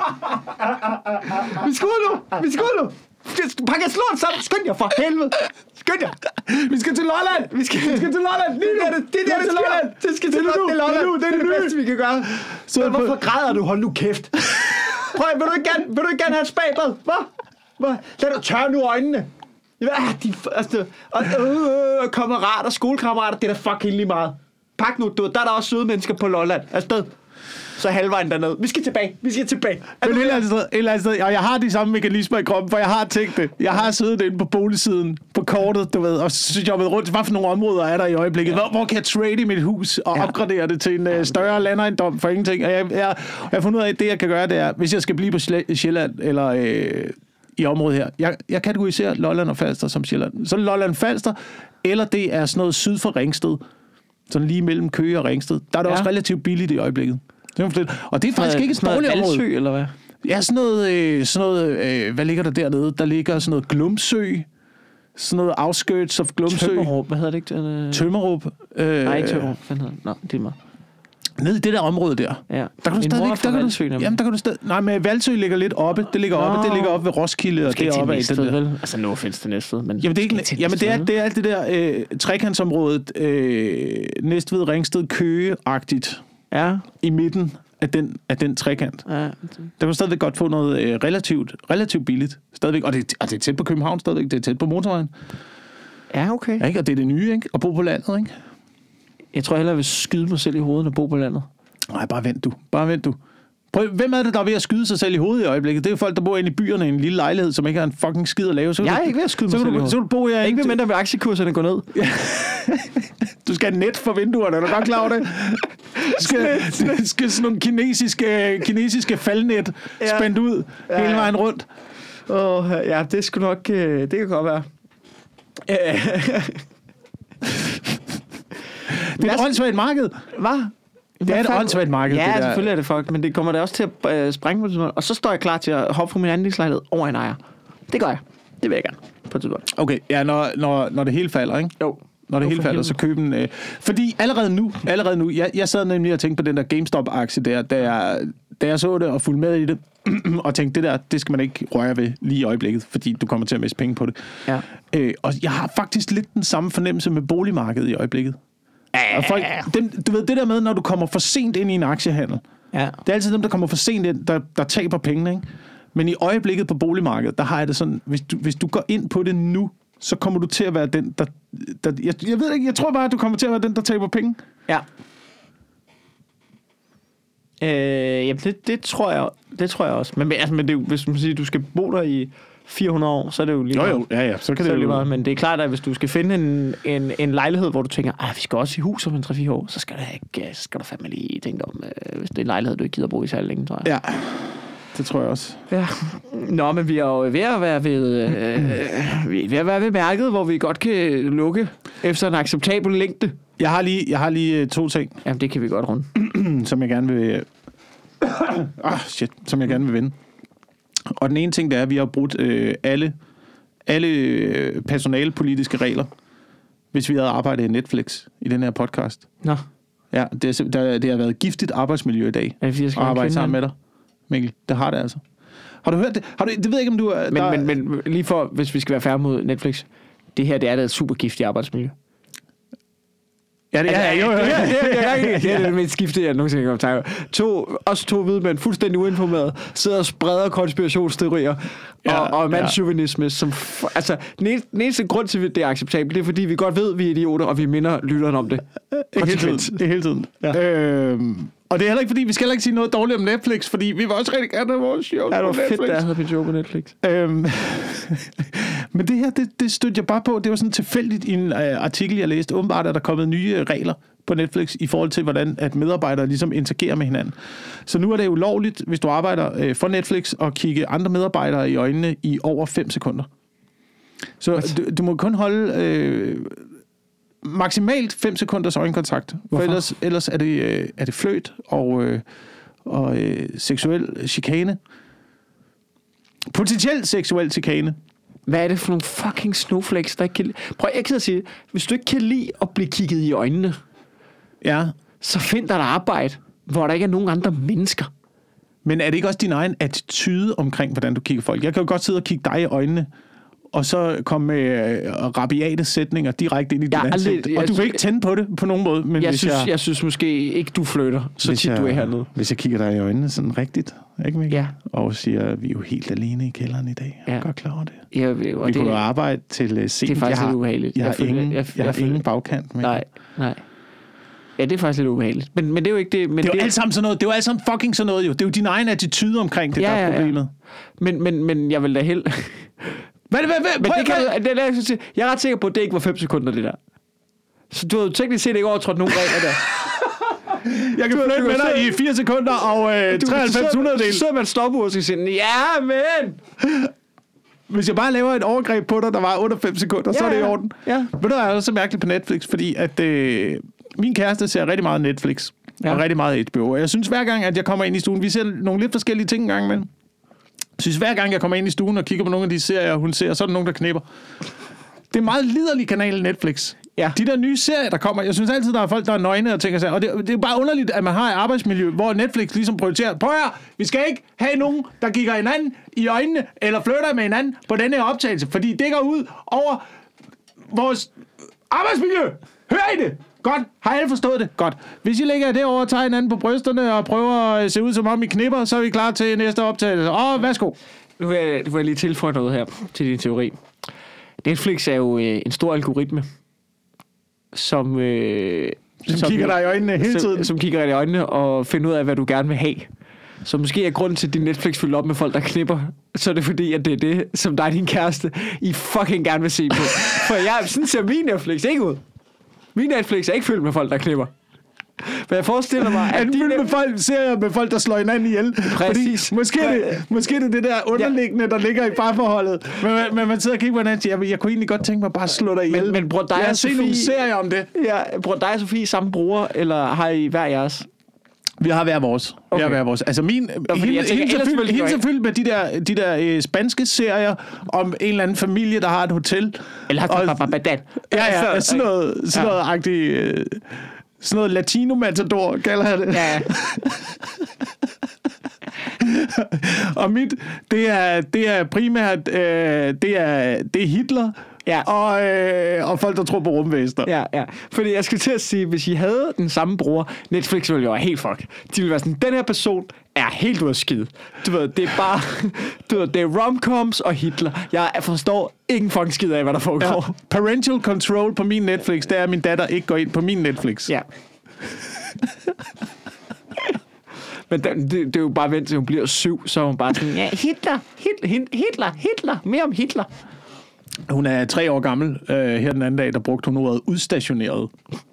Vi skal ud nu! Vi skal ud nu! Pak jeres lort sammen! Skynd jer for helvede! Skynd jer! Vi skal til Lolland! Vi skal, vi skal til Lolland! Lige nu! Det, det, det, det, det, Lolland! Det skal til Lolland! Det er det, det, er det bedste, vi kan gøre. Så men hvorfor græder du? Hold nu kæft! Prøv, vil du ikke gerne, vil du ikke gerne have et spabad? Hvad? Hvad? Lad du tørre nu øjnene! Ah, de, altså, og, øh, kammerater, skolekammerater, det er da fucking lige meget. Pak nu, du, der er der også søde mennesker på Lolland. Afsted. så halvvejen dernede. Vi skal tilbage, vi skal tilbage. Men et eller andet sted, et eller andet sted, og jeg har de samme mekanismer i kroppen, for jeg har tænkt det. Jeg har siddet inde på boligsiden, på kortet, du ved, og så jobbet rundt. Hvad for nogle områder er der i øjeblikket? Hvor, hvor kan jeg trade i mit hus og ja. opgradere det til en uh, større landejendom for ingenting? Og jeg, jeg, jeg har fundet ud af, at det, jeg kan gøre, det er, hvis jeg skal blive på Sjælland, eller øh, i området her, jeg, jeg kategoriserer Lolland og Falster som Sjælland. Så Lolland Falster, eller det er sådan noget syd for Ringsted, sådan lige mellem Køge og Ringsted. Der er det ja. også relativt billigt i øjeblikket. Og det er faktisk ikke et dårligt område. Valsø, eller hvad? Ja, sådan noget, øh, sådan noget øh, hvad ligger der dernede? Der ligger sådan noget Glumsø, sådan noget outskirts of Glumsø. Tømmerup, hvad hedder det ikke? Den, øh... Tømmerup. Øh, Nej, ikke Tømmerup, hvad hedder det? Nå, det er mig. Nede i det der område der. Ja. Der kan du stadig ikke... Der kan du, jamen, der kan du stadig... Nej, men Valsø ligger lidt oppe. Det ligger oppe. Det ligger oppe ved Roskilde, og det er oppe af det der. Vel? Altså, nu findes det Næstved, men... Jamen, det er, ikke, jamen, det er, det er alt det der øh, trekantsområdet, øh, Næstved, Ringsted, Køge-agtigt. Ja. I midten af den, af den trekant. Ja. Der kan du stadigvæk godt få noget øh, relativt, relativt billigt. Stadigvæk. Og det, og det er tæt på København stadigvæk. Det er tæt på motorvejen. Ja, okay. Ja, ikke? Og det er det nye, ikke? At bo på landet, ikke? Jeg tror hellere, jeg vil skyde mig selv i hovedet og bo på landet. Nej, bare vent du. Bare vent du. Prøv, hvem er det, der er ved at skyde sig selv i hovedet i øjeblikket? Det er jo folk, der bor inde i byerne i en lille lejlighed, som ikke har en fucking skid at lave. Så jeg er du, ikke ved at skyde mig så selv du, i hovedet. Så du bo her ikke ved mindre, ved aktiekurserne går ned. Du skal have net for vinduerne, er du godt klar over det? Du skal, du skal sådan nogle kinesiske, kinesiske faldnet ja. spændt ud ja. hele vejen rundt. Åh, oh, ja, det skulle nok... Det kan godt være. Det er et åndssvagt marked. Hvad? Det er et åndssvagt marked. Ja, det der. selvfølgelig er det fuck, men det kommer da også til at uh, sprænge på tidspunkt. Og så står jeg klar til at hoppe fra min andelslejlighed over en ejer. Det gør jeg. Det vil jeg gerne på tidspunkt. Okay, ja, når, når, når det hele falder, ikke? Jo. Når det jo, hele falder, så køb en... Øh, fordi allerede nu, allerede nu, jeg, jeg sad nemlig og tænkte på den der GameStop-aktie der, da jeg, da jeg så det og fulgte med i det, og tænkte, det der, det skal man ikke røre ved lige i øjeblikket, fordi du kommer til at miste penge på det. Ja. Øh, og jeg har faktisk lidt den samme fornemmelse med boligmarkedet i øjeblikket. Og folk, dem, du ved, det der med, når du kommer for sent ind i en aktiehandel, ja. det er altid dem, der kommer for sent ind, der, der taber pengene, ikke? Men i øjeblikket på boligmarkedet, der har jeg det sådan, hvis du, hvis du går ind på det nu, så kommer du til at være den, der... der jeg, jeg ved ikke, jeg tror bare, at du kommer til at være den, der taber penge. Ja. Øh, jamen, det, det, tror jeg, det tror jeg også. Men, altså, men det er jo, hvis man siger, du skal bo der i fire hundrede år, så er det jo lige jo, jo, ja, ja, så kan så det jo meget. Men det er klart, at hvis du skal finde en, en, en lejlighed, hvor du tænker, ah, vi skal også i hus om en tre fire år, så skal du ikke, så skal du fandme lige tænke om, øh, hvis det er en lejlighed, du ikke gider bo i særlig længe, tror jeg. Ja, det tror jeg også. Ja. Nå, men vi er jo ved at være ved, øh, vi er ved at være ved mærket, hvor vi godt kan lukke efter en acceptabel længde. Jeg har lige, jeg har lige to ting. Jamen, det kan vi godt runde. som jeg gerne vil... ah, shit, som jeg gerne vil vinde. Og den ene ting, det er, at vi har brudt øh, alle, alle personalepolitiske regler, hvis vi havde arbejdet i Netflix i den her podcast. Nå. Ja, det, der, det har været giftigt arbejdsmiljø i dag. Er det, jeg skal at arbejde sammen med dig, Mikkel. Det har det altså. Har du hørt det? Har du, det ved jeg ikke, om du er... Men, der... men, men lige for, hvis vi skal være færdige mod Netflix, det her, det er da et super giftigt arbejdsmiljø. Ja, det er jo, jo, jo. Det er det, det, er det mest skifte, jeg nogensinde kan optage. To, også to hvide mænd, fuldstændig uinformerede, sidder og spreder konspirationsteorier ja, og, og mandschauvinisme. Ja. Som, altså, den eneste, den eneste grund til, at det er acceptabelt, det er, fordi vi godt ved, at vi er idioter, og vi minder lytterne om det. Hele tiden. Det er hele tiden. Ja. Øhm, og det er heller ikke, fordi vi skal heller ikke sige noget dårligt om Netflix, fordi vi vil også rigtig gerne have vores show ja, på Netflix. Ja, det var fedt, der havde mit show på Netflix. Øhm, men det her, det, det stødte jeg bare på. Det var sådan tilfældigt i en uh, artikel, jeg læste. Åbenbart er der kommet nye regler på Netflix i forhold til, hvordan at medarbejdere ligesom interagerer med hinanden. Så nu er det ulovligt, hvis du arbejder uh, for Netflix, at kigge andre medarbejdere i øjnene i over fem sekunder. Så du, du må kun holde... Uh, maksimalt fem sekunders øjenkontakt. For ellers, ellers er det, øh, er det fløjt og, øh, og øh, seksuel chikane. Potentielt seksuel chikane. Hvad er det for nogle fucking snowflakes, der ikke kan... Prøv, jeg kan sige, hvis du ikke kan lide at blive kigget i øjnene, ja. så find dig et arbejde, hvor der ikke er nogen andre mennesker. Men er det ikke også din egen attitude omkring, hvordan du kigger folk? Jeg kan jo godt sidde og kigge dig i øjnene, og så komme med øh, rabiate sætninger direkte ind i dit ja, ansigt. Og du vil ikke tænde på det på nogen måde. Men jeg, hvis synes, jeg, jeg synes måske ikke, du flytter, så tit jeg, du er hernede. Hvis jeg kigger dig i øjnene sådan rigtigt, ikke Mikkel? Ja. Og siger, vi er jo helt alene i kælderen i dag. Jeg er ja. godt klar over det. Ja, vi vi kunne jo arbejde til uh, sent. Det er faktisk jeg har, lidt ubehageligt. Jeg, jeg, jeg, har, ingen, jeg, jeg, jeg, jeg har ingen bagkant. Mikkel. Nej, nej. Ja, det er faktisk lidt ubehageligt. Men, men det er jo ikke det... Men det er jo det, alt sammen sådan noget. Det er jo alt sammen fucking sådan noget, jo. Det er jo din egen attitude omkring det, ja, der er ja, problemet. Ja. Men, men, men jeg vil da held... Hvad, hvad, hvad, men prøv, det kan, hvad? det, det, det, jeg er ret sikker på, at det ikke var fem sekunder, det der. Så du har jo teknisk set ikke overtrådt nogen regler der. Jeg kan flytte med dig i fire sekunder og øh, treoghalvfems hundrededel. Så sidder man stopper og siger, ja, men... Hvis jeg bare laver et overgreb på dig, der var under fem sekunder, ja, så er det i orden. Ja. Ved du, hvad er så mærkeligt på Netflix? Fordi at øh, min kæreste ser rigtig meget Netflix. Ja. Og rigtig meget H B O. Og jeg synes hver gang, at jeg kommer ind i stuen, vi ser nogle lidt forskellige ting en gang imellem. Jeg synes hver gang, jeg kommer ind i stuen og kigger på nogle af de serier, hun ser, så er der nogen, der knipper. Det er en meget liderlig kanal, Netflix. Ja. De der nye serier, der kommer, jeg synes altid, der er folk, der er nøgne og tænker sig, og det, det er bare underligt, at man har et arbejdsmiljø, hvor Netflix ligesom prioriterer, prøv her, vi skal ikke have nogen, der kigger hinanden i øjnene, eller flytter med hinanden på denne her optagelse, fordi det går ud over vores arbejdsmiljø. Hør I det? Godt. Har alle forstået det? Godt. Hvis I lægger derovre og tager hinanden på brysterne og prøver at se ud som om I knipper, så er vi klar til næste optagelse. Åh, værsgo. Nu vil jeg, nu vil jeg lige tilføje noget her til din teori. Netflix er jo øh, en stor algoritme, som, øh, som, som kigger dig i øjnene hele tiden. Som, som kigger dig i øjnene og finder ud af, hvad du gerne vil have. Så måske er grunden til, at din Netflix fylder op med folk, der knipper, så er det fordi, at det er det, som dig og din kæreste, I fucking gerne vil se på. For jeg sådan ser min Netflix ikke ud. Min Netflix er ikke fyldt med folk, der knipper. Men jeg forestiller mig, at... Er de fyldt med folk, serier med folk, der slår hinanden ihjel? Præcis. Fordi måske, er det, måske er det det der underliggende, ja. Der ligger i parforholdet. Men, men man sidder og kigger på hinanden og siger, jeg, jeg kunne egentlig godt tænke mig bare at slå dig ihjel. Men, men bror, dig jeg har set nogle serier om det. Ja, bror, dig og Sofie samme bruger, eller har I hver jeres? Vi har hver vores. Okay. Vi har hver vores. Altså min... Nå, hende, tænker, hende, selvfølgelig, hende selvfølgelig med de der, de der øh, spanske serier om en eller anden familie, der har et hotel. Eller og, ja, ja, ja, sådan noget, sådan noget agtigt... Øh, sådan noget latino-matador, kalder jeg det. Ja. Og mit, det er, det er primært, øh, det, er, det er Hitler, ja. og, øh, og folk, der tror på rumvæsener. Ja, ja. Fordi jeg skulle til at sige, hvis I havde den samme bror, Netflix ville jo være helt fuck. De ville være sådan, den her person er helt ud af skid. Du ved, det er bare, du ved, det er romcoms og Hitler. Jeg forstår ingen fucking skid af, hvad der foregår. Ja. Parental control på min Netflix, det er, at min datter ikke går ind på min Netflix. Ja. Men det, det, det er jo bare vent til hun bliver syv, så er hun bare sådan, ja, Hitler, Hitler, Hitler, Hitler, mere om Hitler. Hun er tre år gammel. Uh, her den anden dag, der brugte hun ordet udstationeret.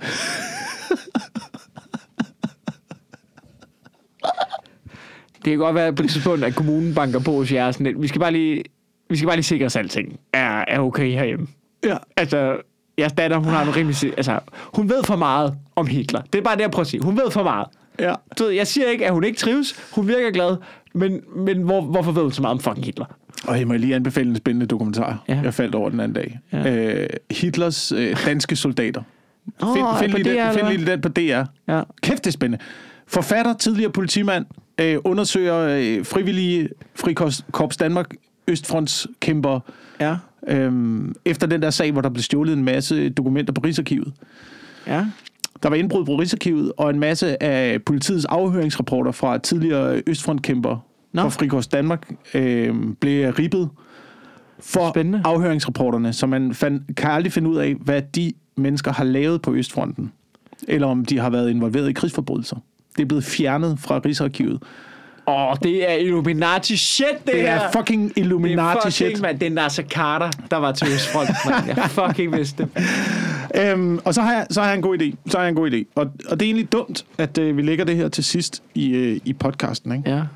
Det kan godt være på det tidspunkt, at kommunen banker på hos jer sådan lidt. Vi skal bare lige, vi skal bare lige sikre os alting. Er, er okay herhjemme. Ja. Altså, jeres datter, hun har en rimelig... Altså, hun ved for meget om Hitler. Det er bare det, jeg prøver at sige. Hun ved for meget. Ja. Du ved, jeg siger ikke, at hun ikke trives. Hun virker glad. Men, men hvor, hvorfor ved hun så meget om fucking Hitler? Og jeg må lige anbefale en spændende dokumentar. Ja. Jeg faldt over den anden dag. Ja. Øh, Hitlers øh, danske soldater. Oh, find find, lige, D R, den, find lige den på D R. Ja. Kæft, det er spændende. Forfatter, tidligere politimand, øh, undersøger øh, frivillige Frikorps Danmark, Østfrontskæmper, ja. øhm, efter den der sag, hvor der blev stjålet en masse dokumenter på Rigsarkivet. Ja. Der var indbrud på Rigsarkivet, og en masse af politiets afhøringsrapporter fra tidligere Østfrontkæmper no. fra Frikorps Danmark øh, blev ribbet for Spændende. afhøringsrapporterne, så man fandt, kan aldrig finde ud af, hvad de mennesker har lavet på Østfronten, eller om de har været involveret i krigsforbrydelser. Det er blevet fjernet fra Rigsarkivet. Åh, oh, det er Illuminati shit, det, det her. er fucking Illuminati det er shit. Fucking, man, det er Nasser Carter, der var til Østfronten, man. Jeg fucking vidste det. Øhm, og så har, jeg, så har jeg en god idé. Så har jeg en god idé. Og, og det er egentlig dumt, at øh, vi lægger det her til sidst i, øh, i podcasten, ikke? Ja.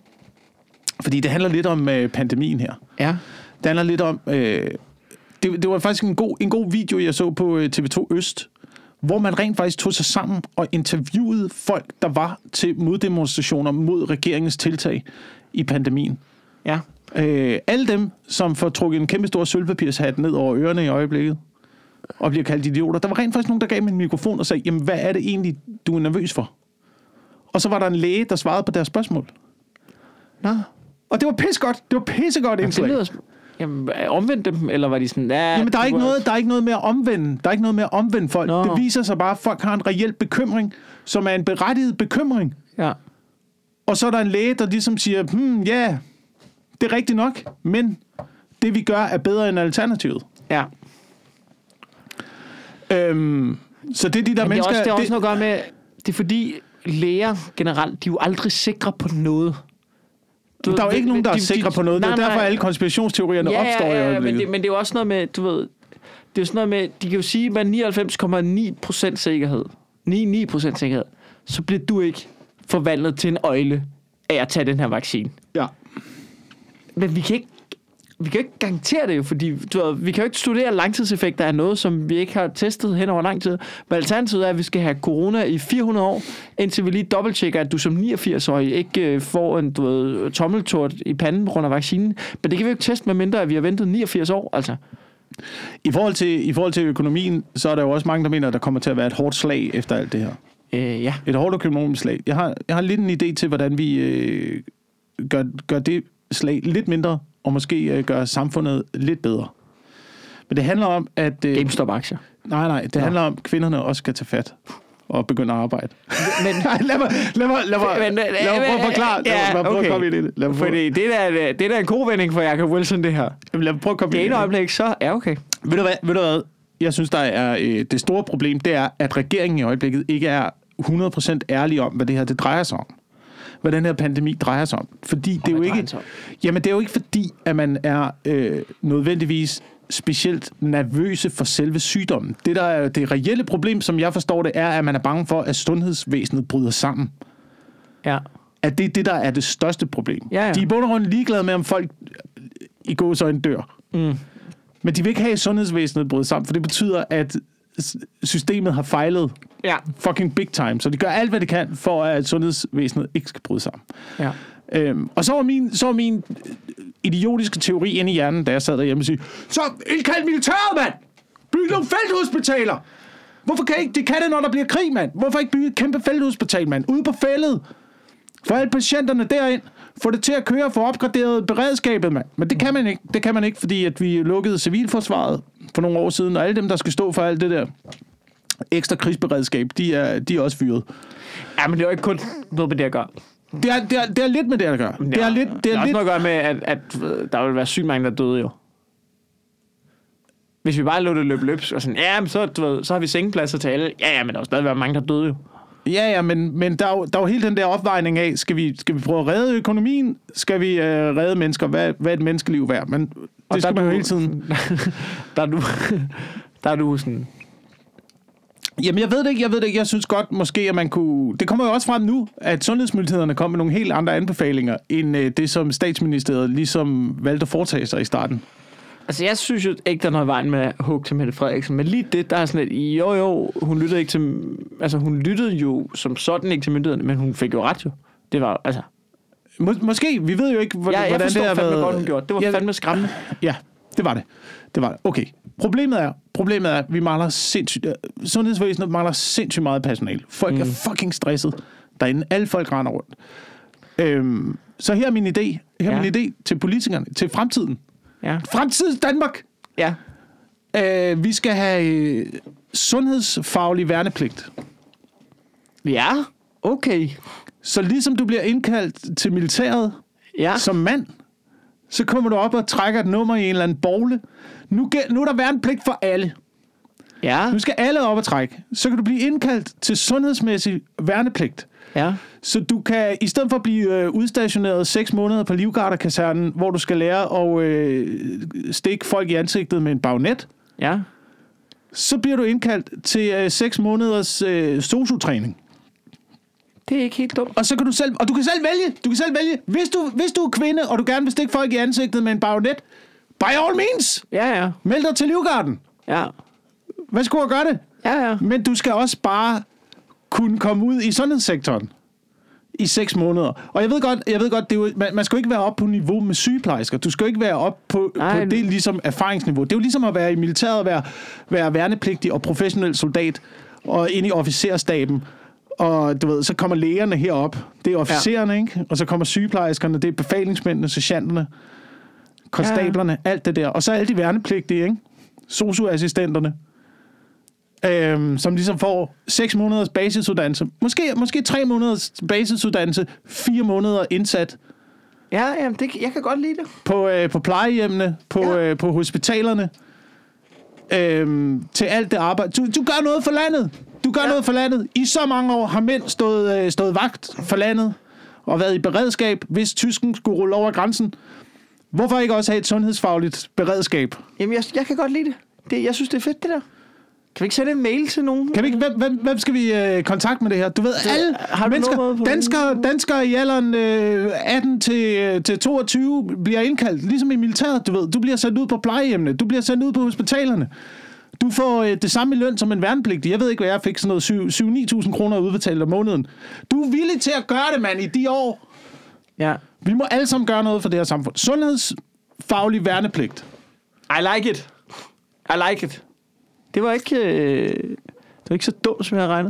Fordi det handler lidt om øh, pandemien her. Ja. Det handler lidt om... Øh, det, det var faktisk en god, en god video, jeg så på øh, T V to Øst, hvor man rent faktisk tog sig sammen og interviewede folk, der var til moddemonstrationer mod regeringens tiltag i pandemien. Ja. Øh, alle dem, som får trukket en kæmpe stor sølvpapirshat ned over ørerne i øjeblikket, og bliver kaldt idioter. Der var rent faktisk nogen, der gav mig en mikrofon og sagde, jamen, hvad er det egentlig, du er nervøs for? Og så var der en læge, der svarede på deres spørgsmål. Nå. Og det var pissegodt. Det var pissegodt indslag. Det lyder, jamen, omvendte dem, eller var de sådan... Ja, jamen, der er, ikke noget, der er ikke noget med at omvende. Der er ikke noget med at omvende folk. Nå. Det viser sig bare, at folk har en reel bekymring, som er en berettiget bekymring. Ja. Og så er der en læge, der ligesom siger, hmm, ja, yeah, det er rigtigt nok, men det vi gør er bedre end alternativet. Ja. Øhm, Så det er de der Men mennesker... Det er også, det er det, også noget at gøre med... Det er fordi læger generelt, de er jo aldrig sikre på noget. Du, der er jo ikke nogen, der de, er sikre de, på noget. Det er nej, derfor, nej. alle konspirationsteorierne ja, opstår ja, i ja, øjeblikket. men det, men det er jo også noget med, du ved... Det er jo sådan noget med, de kan jo sige, med nioghalvfems komma ni procent sikkerhed, ni komma ni procent sikkerhed, så bliver du ikke forvandlet til en øjle af at tage den her vaccine. Ja. Men vi kan ikke Vi kan jo ikke garantere det jo, fordi du ved, vi kan jo ikke studere langtidseffekter af noget, som vi ikke har testet hen over lang tid. Men alternativet er, at vi skal have corona i fire hundrede år, indtil vi lige dobbelttjekker, at du som niogfirs-årig ikke får en du ved, tommeltort i panden på grund af vaccinen. Men det kan vi jo ikke teste, med mindre at vi har ventet niogfirs år, altså. I forhold til, i forhold til økonomien, så er der jo også mange, der mener, at der kommer til at være et hårdt slag efter alt det her. Øh, ja. Et hårdt økonomisk slag. Jeg har, jeg har lidt en idé til, hvordan vi øh, gør, gør det slag lidt mindre, og måske øh, gør samfundet lidt bedre. Men det handler om, at... Øh, GameStop-aktier. Nej, nej. Det Nå. handler om, at kvinderne også skal tage fat og begynde at arbejde. Men, nej, lad mig, lad mig, lad mig, men, lad mig prøve at forklare. Lad mig, ja, lad mig prøve okay. at komme ind i det. Lad mig prøve. Fordi det der, det der er en kovending for Jacob Wilson, det her. Lad mig prøve at komme det ind i det. Det ene øjeblik, så er okay. Ved du hvad? Ved du hvad? Jeg synes, der er øh, det store problem, det er, at regeringen i øjeblikket ikke er hundrede procent ærlig om, hvad det her det drejer sig om. Hvad den her pandemi drejer sig om. Fordi det er jo ikke... Jamen, det er jo ikke fordi, at man er øh, nødvendigvis specielt nervøse for selve sygdommen. Det, der er det reelle problem, som jeg forstår det, er, at man er bange for, at sundhedsvæsenet bryder sammen. Ja. At det er det, der er det største problem. Ja, ja. De er i bund og grund ligeglade med, om folk i gåseøjne dør. Mm. Men de vil ikke have, at sundhedsvæsenet bryder sammen, for det betyder, at systemet har fejlet ja. fucking big time. Så de gør alt, hvad de kan, for at sundhedsvæsenet ikke skal bryde sammen. Ja. Øhm, og så var, min, så var min idiotiske teori inde i hjernen, da jeg sad derhjemme og sige, så indkald militæret, mand! Byg nogle felthospitaler! Hvorfor kan I ikke? Det kan det, når der bliver krig, mand. Hvorfor ikke bygge et kæmpe felthospital, mand? Ude på fældet. Få alle patienterne derind. Få det til at køre, få opgraderet beredskabet, mand. Men det kan man ikke. Det kan man ikke, fordi at vi lukkede civilforsvaret for nogle år siden, og alle dem, der skal stå for alt det der ekstra krigsberedskab, de er, de er også fyret. Ja, men det er jo ikke kun noget med det at gøre. Det er, det, er, det er lidt med det at gøre. Det er, lidt, det er, det er også lidt... noget at gøre med, at, at der vil være sygt mange, der døde jo. Hvis vi bare lå det løbe løb, og sådan, ja, men så, du ved, så har vi sengepladser til alle. Ja, ja, men der vil stadig være mange, der døde jo. Ja, ja, men, men der, er jo, der er jo hele den der opvejning af, skal vi, skal vi prøve at redde økonomien? Skal vi øh, redde mennesker? Hvad, hvad er et menneskeliv værd? Men det og skal man jo hele tiden... der er du... der er du sådan... Jamen, jeg ved det ikke, jeg ved det ikke. Jeg synes godt, måske, at man kunne... Det kommer jo også frem nu, at sundhedsmyndighederne kom med nogle helt andre anbefalinger, end øh, det, som statsministeriet ligesom valgte at foretage sig i starten. Altså, jeg synes jo ikke, der er noget vejen med at hugge til Mette Frederiksen, men lige det, der er sådan et, jo jo, hun lyttede ikke til... Altså, hun lyttede jo som sådan ikke til myndighederne, men hun fik jo ret jo. Det var, altså... Mås- måske, vi ved jo ikke, hvordan, ja, hvordan det har været... Jeg forstår fandme godt, hun gjorde. Det var ja, fandme skræmmende. Ja, det var det. Det var det. Okay. Problemet er, problemet er, at vi mangler sindssygt... Sundhedsvæsenet mangler sindssygt meget personale. Folk mm. er fucking stresset derinde. Alle folk render rundt. Øhm, så her er min idé. Her er ja. min idé til politikerne. Til fremtiden. Ja. Fremtidens Danmark! Ja. Øh, vi skal have øh, sundhedsfaglig værnepligt. Ja, okay. Så ligesom du bliver indkaldt til militæret ja. som mand, så kommer du op og trækker et nummer i en eller anden bogle. Nu, nu er der værnepligt for alle. Ja. Nu skal alle op og trække. Så kan du blive indkaldt til sundhedsmæssig værnepligt. Ja. Så du kan, i stedet for at blive øh, udstationeret seks måneder på Livgarderkasernen, hvor du skal lære at øh, stikke folk i ansigtet med en bagnet, ja. så bliver du indkaldt til øh, seks måneders øh, sosu-træning. Det er ikke helt dumt. Og så kan du selv, og du kan selv vælge, du kan selv vælge, hvis du, hvis du er kvinde, og du gerne vil stikke folk i ansigtet med en bagnet, by all means, ja, ja. meld dig til Livgarden. Ja. Hvad skulle jeg gøre det? Ja, ja. Men du skal også bare kunne komme ud i sundhedssektoren i seks måneder. Og jeg ved godt, jeg ved godt, det er jo, man, man skal jo ikke være oppe på niveau med sygeplejersker. Du skal jo ikke være oppe på, på det ligesom erfaringsniveau. Det er jo ligesom at være i militæret, at være, være værnepligtig og professionel soldat, og ind i officerstaben. Og du ved, så kommer lægerne herop. Det er officererne, ja. Ikke? Og så kommer sygeplejerskerne, det er befalingsmændene, sergeanterne, konstablerne, ja. Alt det der. Og så alle de værnepligtige, ikke? Sosu-assistenterne. Øhm, som ligesom får seks måneders basisuddannelse. Måske, måske tre måneders basisuddannelse, fire måneder indsat. Ja, jamen det, jeg kan godt lide det. På, øh, på plejehjemmene, på, ja. øh, på hospitalerne. øhm, til alt det arbejde. Du, du gør noget for landet. Du gør ja. noget for landet. I så mange år har mænd stået, øh, stået vagt for landet og været i beredskab, hvis tysken skulle rulle over grænsen. Hvorfor ikke også have et sundhedsfagligt beredskab? Jamen, jeg, jeg kan godt lide det. det. Jeg synes, det er fedt, det der. Kan vi ikke sende en mail til nogen? Kan vi ikke, hvem, hvem, hvem skal vi øh, kontakte med det her? Du ved, det, alle har mennesker, danskere, danskere i alderen øh, atten til toogtyve bliver indkaldt, ligesom i militæret, du ved. Du bliver sendt ud på plejehjemmene, du bliver sendt ud på hospitalerne. Du får øh, det samme i løn som en værnepligtig. Jeg ved ikke, hvad jeg fik, sådan noget syv til ni tusind kroner udbetalt om måneden. Du er villig til at gøre det, mand, i de år. Ja. Vi må alle sammen gøre noget for det her samfund. Sundhedsfaglig værnepligt. I like it. I like it. Det var ikke, øh, det var ikke så dumt, som jeg havde regnet.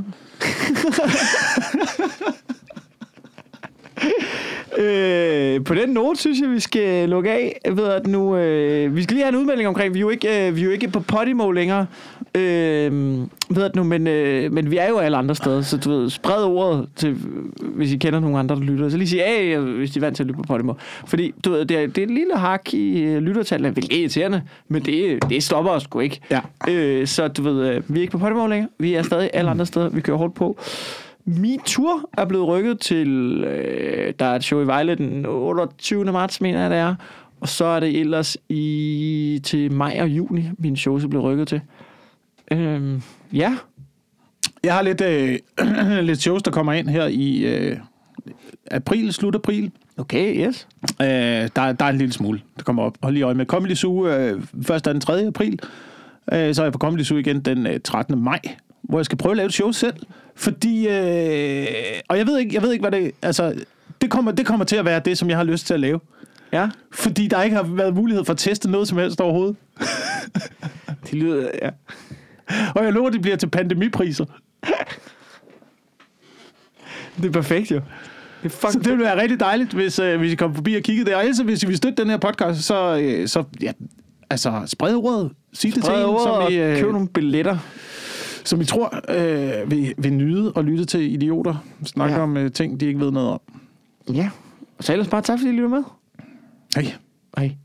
øh, på den note synes jeg, vi skal lukke af. Jeg ved, at nu, øh, vi skal lige have en udmelding omkring, vi er jo ikke, øh, vi er jo ikke på Podimo længere. Øh, ved at nu, men, øh, men vi er jo alle andre steder, så du ved, spred ordet til, hvis I kender nogle andre, der lytter. Så lige sige, hey, hvis de er vant til at lytte på Podimo. Fordi du ved, det er, det er et lille hak i lyttertallet, hvilket er irriterende, men det, det stopper os sgu ikke. Ja. Øh, så du ved, vi er ikke på Podimo længere. Vi er stadig alle andre steder. Vi kører hårdt på. Min tur er blevet rykket til, øh, der er et show i Vejle den otteogtyvende marts, mener jeg, det er. Og så er det ellers i, til maj og juni, min show er blevet rykket til. Øhm, ja. Jeg har lidt, øh, lidt shows, der kommer ind her i øh, april, slut april. Okay, yes. Øh, der, der er en lille smule, der kommer op. Hold lige øje med Comedy Zoo øh, først den tredje april. Øh, så er jeg på Comedy Zoo igen den øh, trettende maj, hvor jeg skal prøve at lave et show selv. Fordi, øh, og jeg ved ikke, jeg ved ikke, hvad det, altså, det kommer, det kommer til at være det, som jeg har lyst til at lave. Ja. Fordi der ikke har været mulighed for at teste noget som helst overhovedet. Det lyder, ja. Og jeg lover, det bliver til pandemipriser. Det er perfekt, jo. Det så det ville være rigtig dejligt, hvis, øh, hvis I kommer forbi og kiggede der. Og ellers, hvis I vil støtte den her podcast, så, øh, så ja, altså, spred ordet. Sig det til en, som I, øh, køb nogle billetter. Som I tror øh, vil, vil nyde og lytte til idioter. Snakke ja. om øh, ting, de ikke ved noget om. Ja. Så ellers bare tak, fordi I lytter med. Hej. Hej.